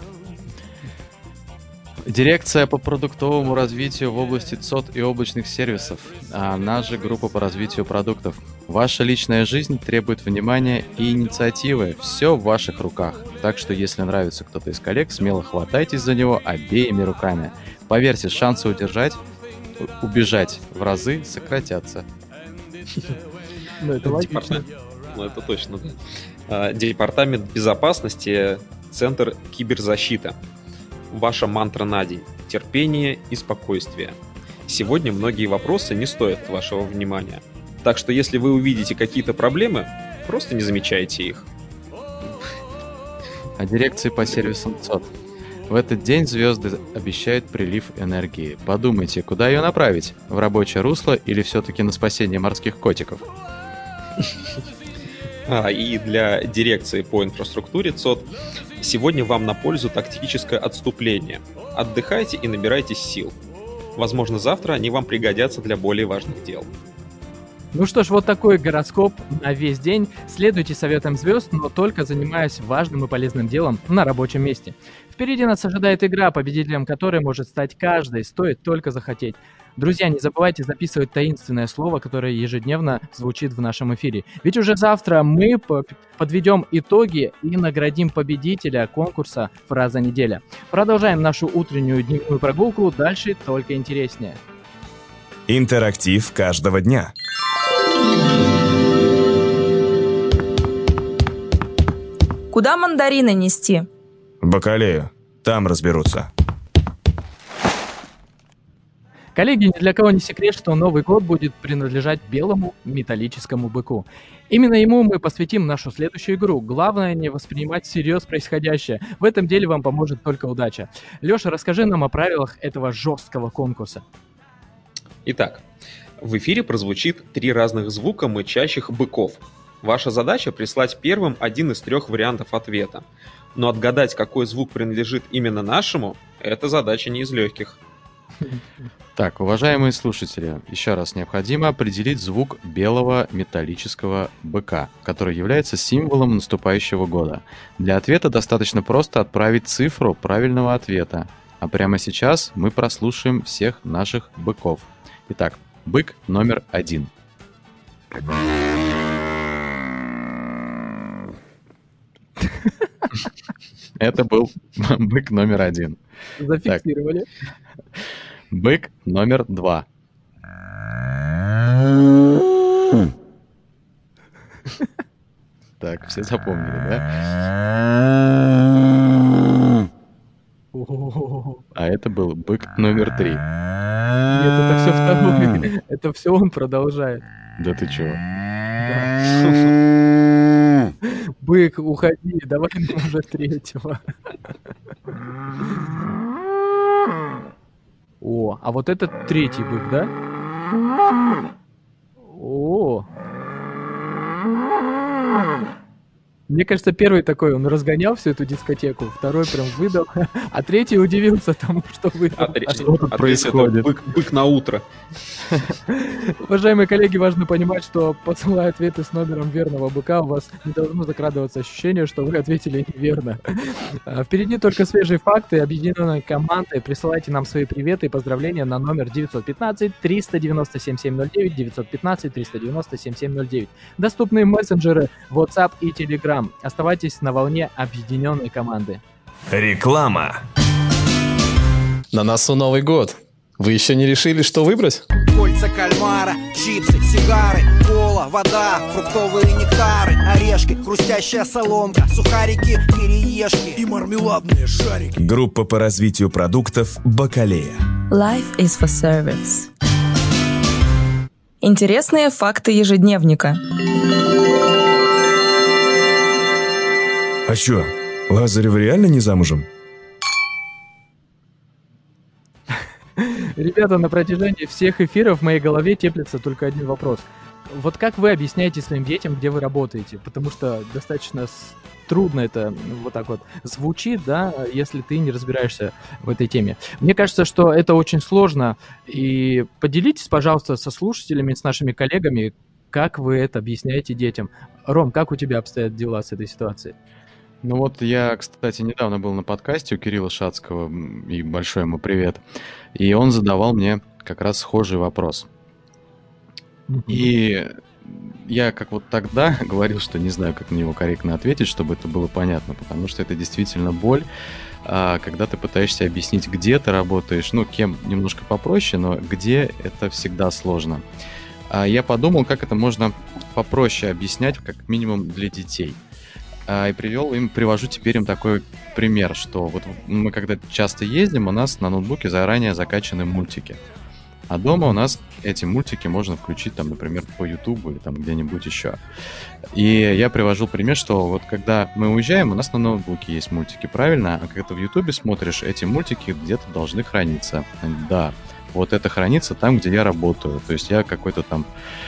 Дирекция по продуктовому развитию в области ЦОД и облачных сервисов, а она же группа по развитию продуктов. Ваша личная жизнь требует внимания и инициативы. Все в ваших руках. Так что, если нравится кто-то из коллег, смело хватайтесь за него обеими руками. Поверьте, шансы убежать в разы сократятся. Ну, это логично. Ну, это точно, да. Департамент безопасности, Центр киберзащиты. Ваша мантра на день – терпение и спокойствие. Сегодня многие вопросы не стоят вашего внимания. Так что если вы увидите какие-то проблемы, просто не замечайте их. А дирекции по сервисам ЦОД. В этот день звезды обещают прилив энергии. Подумайте, куда ее направить? В рабочее русло или все-таки на спасение морских котиков? И для дирекции по инфраструктуре ЦОД сегодня вам на пользу тактическое отступление. Отдыхайте и набирайтесь сил. Возможно, завтра они вам пригодятся для более важных дел. Ну что ж, вот такой гороскоп на весь день. Следуйте советам звезд, но только занимаясь важным и полезным делом на рабочем месте. Впереди нас ожидает игра, победителем которой может стать каждый, стоит только захотеть. Друзья, не забывайте записывать таинственное слово, которое ежедневно звучит в нашем эфире. Ведь уже завтра мы подведем итоги и наградим победителя конкурса «Фраза неделя». Продолжаем нашу утреннюю дневную прогулку, дальше только интереснее. Интерактив каждого дня. Куда мандарины нести? Бакалею. Там разберутся. Коллеги, ни для кого не секрет, что Новый год будет принадлежать белому металлическому быку. Именно ему мы посвятим нашу следующую игру. Главное не воспринимать всерьез происходящее. В этом деле вам поможет только удача. Леша, расскажи нам о правилах этого жесткого конкурса. Итак, В эфире прозвучит 3 разных звука мычащих быков. Ваша задача прислать первым один из 3 вариантов ответа. Но отгадать, какой звук принадлежит именно нашему, это задача не из легких. Так, уважаемые слушатели, еще раз необходимо определить звук белого металлического быка, который является символом наступающего года. Для ответа достаточно просто отправить цифру правильного ответа. А прямо сейчас мы прослушаем всех наших быков. Итак, бык номер 1. Это был бык номер 1. Зафиксировали. Бык номер 2. Так, все запомнили, да? А это был бык номер 3. Нет, это все второй. Это все он продолжает. Да ты чего? Бык, уходи, давай уже 3-го. О, а вот это 3-й бык, да? О. Мне кажется, 1-й такой, он разгонял всю эту дискотеку, 2-й прям выдал, а 3-й удивился тому, что выдал. Что тут происходит? Бык на утро. Уважаемые коллеги, важно понимать, что, посылая ответы с номером верного быка, у вас не должно закрадываться ощущение, что вы ответили неверно. Впереди только свежие факты. Объединенной командой присылайте нам свои приветы и поздравления на номер 915-397-709, 915-397-709. Доступны мессенджеры WhatsApp и Telegram. Оставайтесь на волне объединенной команды. Реклама. На носу Новый год. Вы еще не решили, что выбрать? Кольца кальмара, чипсы, сигары, кола, вода, фруктовые нектары, орешки, хрустящая соломка, сухарики, кириешки и мармеладные шарики. Группа по развитию продуктов «Бакалея». Life is for service. Интересные факты ежедневника. А чё, Лазарева реально не замужем? Ребята, на протяжении всех эфиров в моей голове теплится только один вопрос. Вот как вы объясняете своим детям, где вы работаете? Потому что достаточно трудно это вот так вот звучит, да, если ты не разбираешься в этой теме. Мне кажется, что это очень сложно. И поделитесь, пожалуйста, со слушателями, с нашими коллегами, как вы это объясняете детям. Ром, как у тебя обстоят дела с этой ситуацией? Ну вот я, кстати, недавно был на подкасте у Кирилла Шацкого, и большой ему привет, и он задавал мне как раз схожий вопрос. И я как вот тогда говорил, что не знаю, как на него корректно ответить, чтобы это было понятно, потому что это действительно боль, когда ты пытаешься объяснить, где ты работаешь, ну, кем немножко попроще, но где это всегда сложно. Я подумал, как это можно попроще объяснять, как минимум для детей. И привожу теперь им такой пример, что вот мы когда часто ездим, у нас на ноутбуке заранее закачаны мультики. А дома у нас эти мультики можно включить, там, например, по YouTube или там где-нибудь еще. И я привожу пример, что вот когда мы уезжаем, у нас на ноутбуке есть мультики, правильно? А когда ты в YouTube смотришь, эти мультики где-то должны храниться. Да, вот это хранится там, где я работаю. То есть я какой-то там...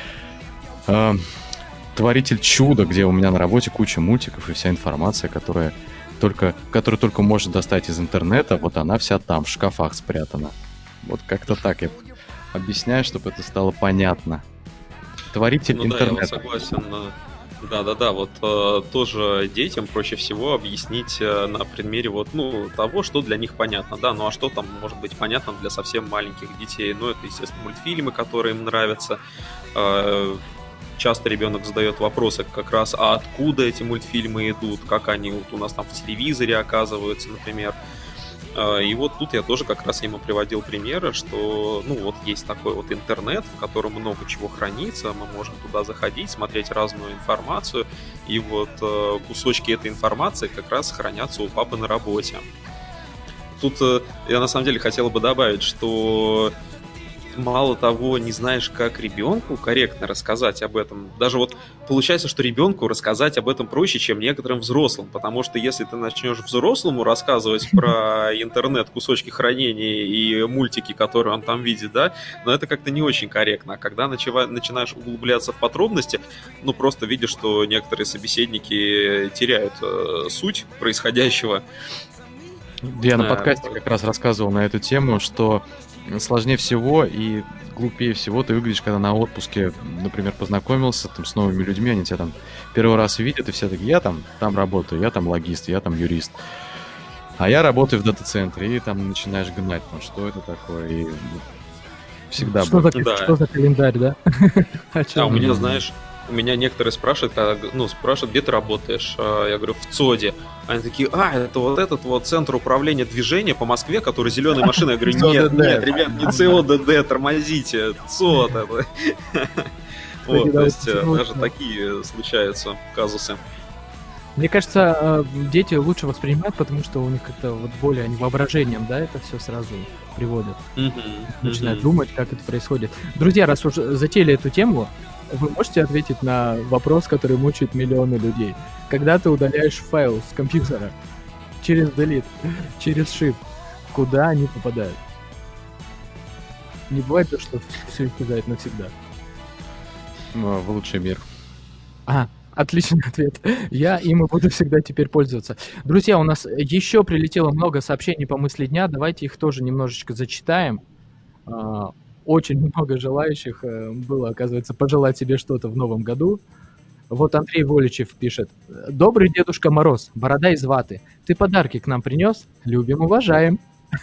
творитель чуда, где у меня на работе куча мультиков и вся информация, которую только можно достать из интернета, вот она вся там, в шкафах спрятана. Вот как-то так я объясняю, чтобы это стало понятно. Творитель интернета. Да, я согласен. Да, вот тоже детям проще всего объяснить на примере вот, того, что для них понятно, да, ну а что там может быть понятно для совсем маленьких детей, ну это, естественно, мультфильмы, которые им нравятся. Часто ребенок задает вопросы как раз, а откуда эти мультфильмы идут, как они вот у нас там в телевизоре оказываются, например. И вот тут я тоже как раз ему приводил примеры, что, вот есть такой вот интернет, в котором много чего хранится, мы можем туда заходить, смотреть разную информацию, и вот кусочки этой информации как раз хранятся у папы на работе. Тут я на самом деле хотел бы добавить, что мало того, не знаешь, как ребенку корректно рассказать об этом. Даже вот получается, что ребенку рассказать об этом проще, чем некоторым взрослым, потому что если ты начнешь взрослому рассказывать про интернет, кусочки хранения и мультики, которые он там видит, да, но это как-то не очень корректно. А когда начинаешь углубляться в подробности, ну просто видишь, что некоторые собеседники теряют суть происходящего. Я на подкасте как раз рассказывал на эту тему, что сложнее всего и глупее всего ты выглядишь, когда на отпуске, например, познакомился там с новыми людьми, они тебя там первый раз видят, и все такие: я там работаю, я там логист, я там юрист. А я работаю в дата-центре, и там начинаешь гнать, ну что это такое, и всегда что будет. Что за календарь, да? У меня, знаешь, у меня некоторые спрашивают, где ты работаешь? Я говорю, в ЦОДе. Они такие: это вот этот вот центр управления движения по Москве, который зеленые машины. Я говорю, нет, ребят, не ЦОДД, тормозите, ЦОД это. Вот, то есть даже такие случаются казусы. Мне кажется, дети лучше воспринимают, потому что у них как-то вот более они воображением, да, это все сразу приводят. Начинают думать, как это происходит. Друзья, раз уж затеяли эту тему, вы можете ответить на вопрос, который мучает миллионы людей. Когда ты удаляешь файл с компьютера через Delete, через Shift, куда они попадают? Не бывает то, что все исчезает навсегда. В лучший мир. Отличный ответ. Я им и буду всегда теперь пользоваться. Друзья, у нас еще прилетело много сообщений по мысли дня. Давайте их тоже немножечко зачитаем. Очень много желающих было, оказывается, пожелать себе что-то в новом году. Вот Андрей Воличев пишет: «Добрый Дедушка Мороз, борода из ваты. Ты подарки к нам принес? Любим, уважаем».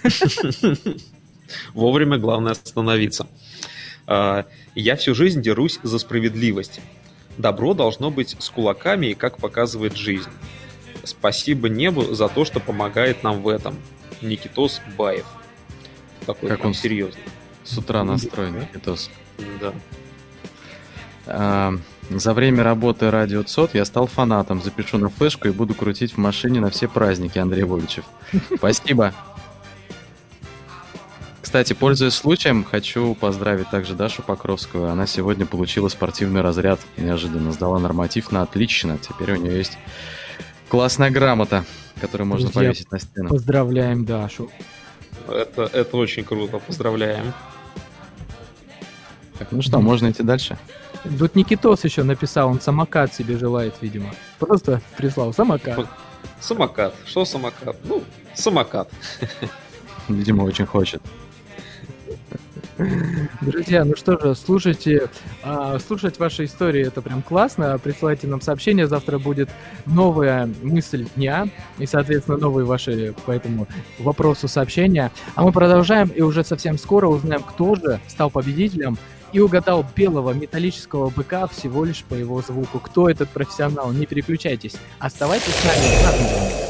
Вовремя главное остановиться. Я всю жизнь дерусь за справедливость. Добро должно быть с кулаками и как показывает жизнь. Спасибо небу за то, что помогает нам в этом. Никитос Баев. Такой как он серьезный. С утра настроен, Никитос. Да. За время работы радио ЦОД я стал фанатом. Запишу на флешку и буду крутить в машине на все праздники. Андрей Воличев. Спасибо. Кстати, пользуясь случаем, хочу поздравить также Дашу Покровскую. Она сегодня получила спортивный разряд. Неожиданно сдала норматив на отлично. Теперь у нее есть классная грамота, которую можно повесить на стену. Поздравляем Дашу. Это очень круто. Поздравляем. Так, ну что, можно идти дальше? Тут Никитос еще написал, он самокат себе желает, видимо. Просто прислал самокат. Самокат. Что самокат? Ну, самокат. Видимо, очень хочет. Друзья, ну что же, слушать ваши истории — это прям классно. Присылайте нам сообщения, завтра будет новая мысль дня и, соответственно, новые ваши по этому вопросу сообщения. А мы продолжаем и уже совсем скоро узнаем, кто же стал победителем и угадал белого металлического быка всего лишь по его звуку. Кто этот профессионал? Не переключайтесь, оставайтесь с нами.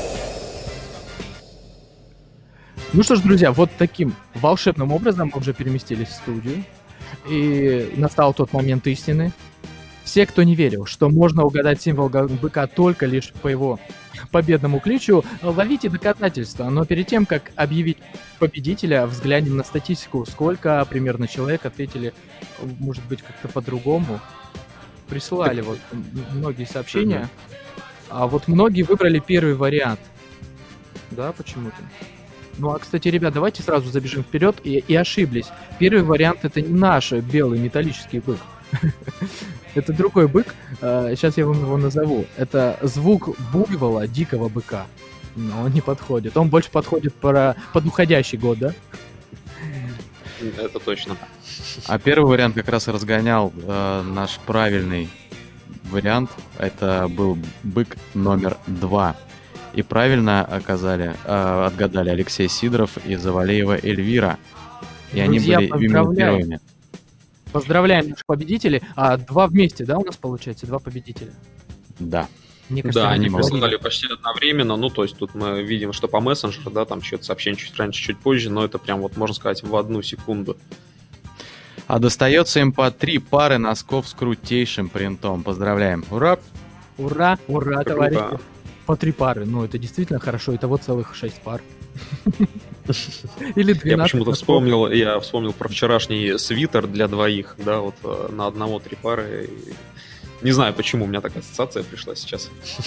Ну что ж, друзья, вот таким волшебным образом мы уже переместились в студию. И настал тот момент истины. Все, кто не верил, что можно угадать символ быка только лишь по его победному кличу, ловите доказательства. Но перед тем, как объявить победителя, взглянем на статистику. Сколько примерно человек ответили, может быть, как-то по-другому. Присылали вот многие сообщения. А вот многие выбрали первый вариант. Да, почему-то. Ну, а, кстати, ребят, давайте сразу забежим вперед и ошиблись. Первый вариант — это не наш белый металлический бык. Это другой бык. Сейчас я вам его назову. Это звук буйвола дикого быка. Но он не подходит. Он больше подходит под уходящий год, да? Это точно. А первый вариант как раз разгонял наш правильный вариант. Это был бык номер 2. И правильно отгадали Алексей Сидоров и Завалеева Эльвира. И друзья, они были именно героями. Поздравляем наших победителей. 2 вместе, да, у нас получается? 2 победителя? Да. Мне кажется, да, они прислали почти одновременно. Ну, то есть тут мы видим, что по мессенджеру, да, там что-то сообщение чуть раньше, чуть позже, но это прям вот, можно сказать, в 1 секунду. А достается им по 3 пары носков с крутейшим принтом. Поздравляем. Ура! Ура, ура, товарищи. По 3 пары. Ну, это действительно хорошо. Итого целых 6 пар. Или 12. Я почему-то вспомнил про вчерашний свитер для двоих, да, вот на одного 3 пары. Не знаю, почему у меня такая ассоциация пришла сейчас.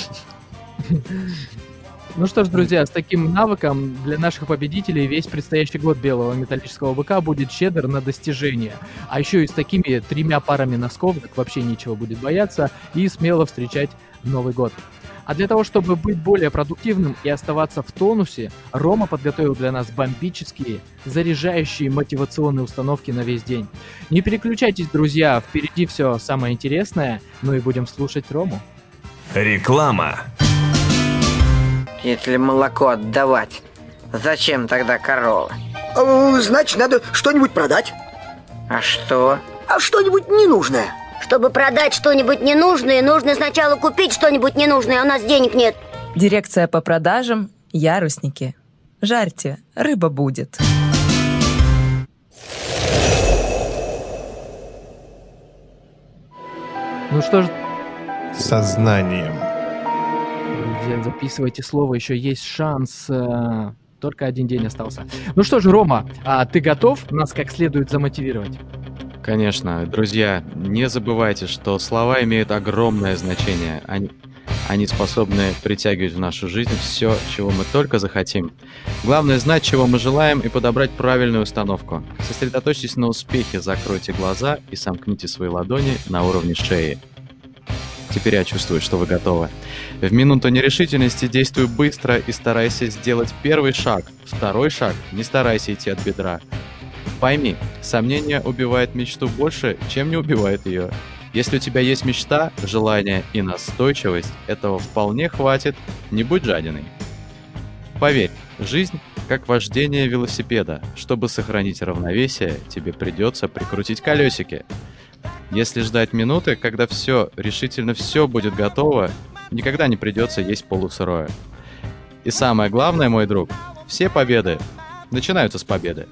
Ну что ж, друзья, с таким навыком для наших победителей весь предстоящий год белого металлического быка будет щедр на достижения. А еще и с такими 3 парами носков, так вообще нечего будет бояться, и смело встречать Новый год. А для того, чтобы быть более продуктивным и оставаться в тонусе, Рома подготовил для нас бомбические, заряжающие мотивационные установки на весь день. Не переключайтесь, друзья, впереди все самое интересное, ну и будем слушать Рому. Реклама. Если молоко отдавать, зачем тогда корова? Значит, надо что-нибудь продать. А что? А что-нибудь ненужное. Чтобы продать что-нибудь ненужное, нужно сначала купить что-нибудь ненужное, а у нас денег нет. Дирекция по продажам, Ярусники. Жарьте, рыба будет. Ну что ж... Сознанием. Друзья, записывайте слово, еще есть шанс. Только 1 день остался. Ну что ж, Рома, ты готов нас как следует замотивировать? Конечно. Друзья, не забывайте, что слова имеют огромное значение. Они способны притягивать в нашу жизнь все, чего мы только захотим. Главное знать, чего мы желаем, и подобрать правильную установку. Сосредоточьтесь на успехе, закройте глаза и сомкните свои ладони на уровне шеи. Теперь я чувствую, что вы готовы. В минуту нерешительности действуй быстро и старайся сделать первый шаг. Второй шаг не старайся идти от бедра. Пойми, сомнение убивает мечту больше, чем не убивает ее. Если у тебя есть мечта, желание и настойчивость, этого вполне хватит, не будь жадиной. Поверь, жизнь как вождение велосипеда. Чтобы сохранить равновесие, тебе придется прикрутить колесики. Если ждать минуты, когда решительно все будет готово, никогда не придется есть полусырое. И самое главное, мой друг, все победы начинаются с победы.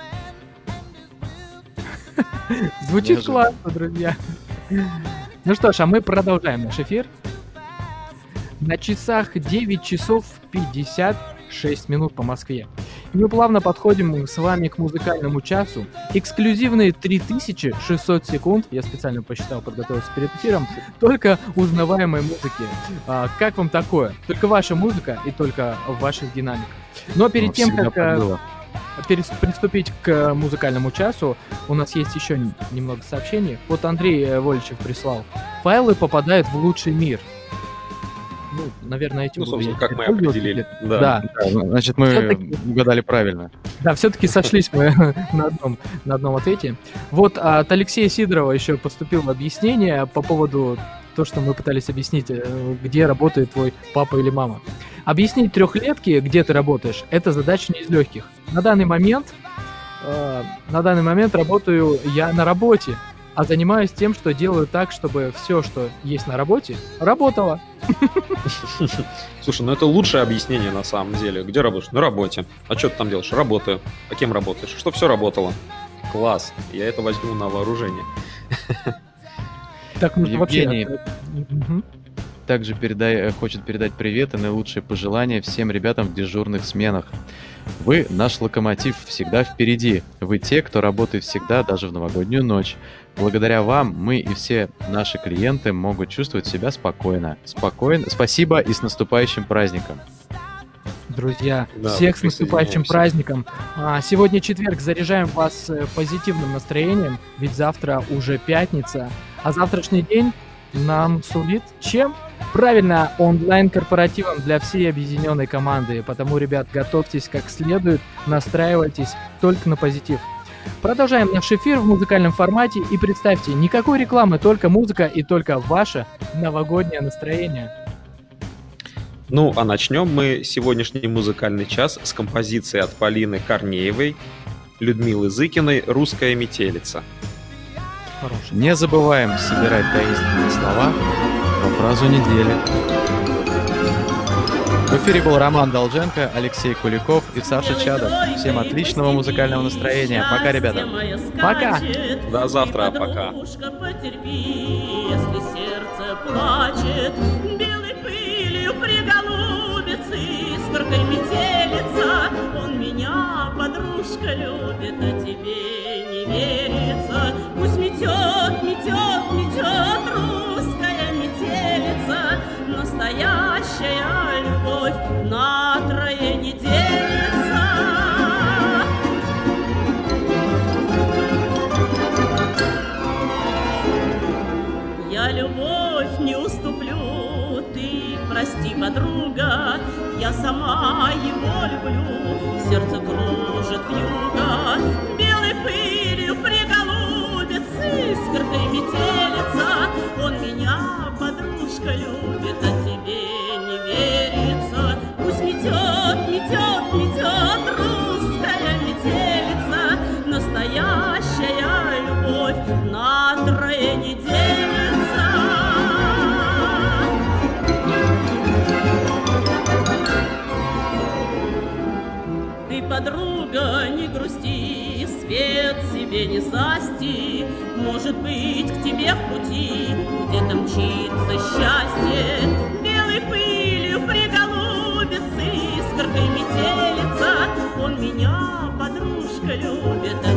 Звучит классно, друзья. Ну что ж, а мы продолжаем наш эфир. На часах 9 часов 56 минут по Москве. И мы плавно подходим с вами к музыкальному часу. Эксклюзивные 3600 секунд, я специально посчитал, подготовился перед эфиром, только узнаваемой музыки. Как вам такое? Только ваша музыка и только в ваших динамиках. Но перед тем, как приступить к музыкальному часу, у нас есть еще немного сообщений. Вот Андрей Вольчев прислал. Файлы попадают в лучший мир. Ну, наверное, этим собственно, как мы определили. Да. Значит, мы угадали правильно. Да, все-таки сошлись мы на одном ответе. Вот от Алексея Сидорова еще поступило объяснение по поводу того, что мы пытались объяснить, где работает твой папа или мама. Объяснить 3-летке, где ты работаешь, это задача не из легких. На данный момент работаю я на работе, а занимаюсь тем, что делаю так, чтобы все, что есть на работе, работало. Слушай, ну это лучшее объяснение на самом деле. Где работаешь? На работе. А что ты там делаешь? Работаю. А кем работаешь? Чтоб все работало. Класс. Я это возьму на вооружение. Так нужно Евгений вообще... также хочет передать привет и наилучшие пожелания всем ребятам в дежурных сменах. Вы наш локомотив, всегда впереди. Вы те, кто работает всегда, даже в новогоднюю ночь. Благодаря вам мы и все наши клиенты могут чувствовать себя спокойно. Спасибо и с наступающим праздником. Друзья, всех с наступающим праздником. Сегодня четверг, заряжаем вас позитивным настроением, ведь завтра уже пятница. А завтрашний день нам сулит чем? Правильно, онлайн-корпоративом для всей объединенной команды. Потому, ребят, готовьтесь как следует, настраивайтесь только на позитив. Продолжаем наш эфир в музыкальном формате. И представьте, никакой рекламы, только музыка и только ваше новогоднее настроение. Ну, а начнем мы сегодняшний музыкальный час с композиции от Полины Корнеевой, Людмилы Зыкиной «Русская метелица». Не забываем собирать таинственные слова по фразу недели. В эфире был Роман Долженко, Алексей Куликов и Саша Чадов. Всем отличного музыкального настроения. Пока, ребята. Пока. До завтра. Пока. Если сердце плачет, белой пылью приголубится, искоркой метелица, он меня под подружка любит, а тебе не верится. Пусть метет, метет, метет русская метелица, настоящая любовь на трое не делится. Я любовь не уступлю, ты прости, подруга, я сама его люблю, в сердце кружит вьюга, белой пылью приголубец, искоркой метелица. Он меня, подружка, любит, а тебе не верится. Пусть метет, метет, метет русская метелица, настоящая любовь на трое не делится. Ты, подруга, не грусти, свет себе не засти. Может быть, к тебе в пути где-то мчится счастье. Белой пылью приголубец, искоркой метелица. Он меня, подружка, любит,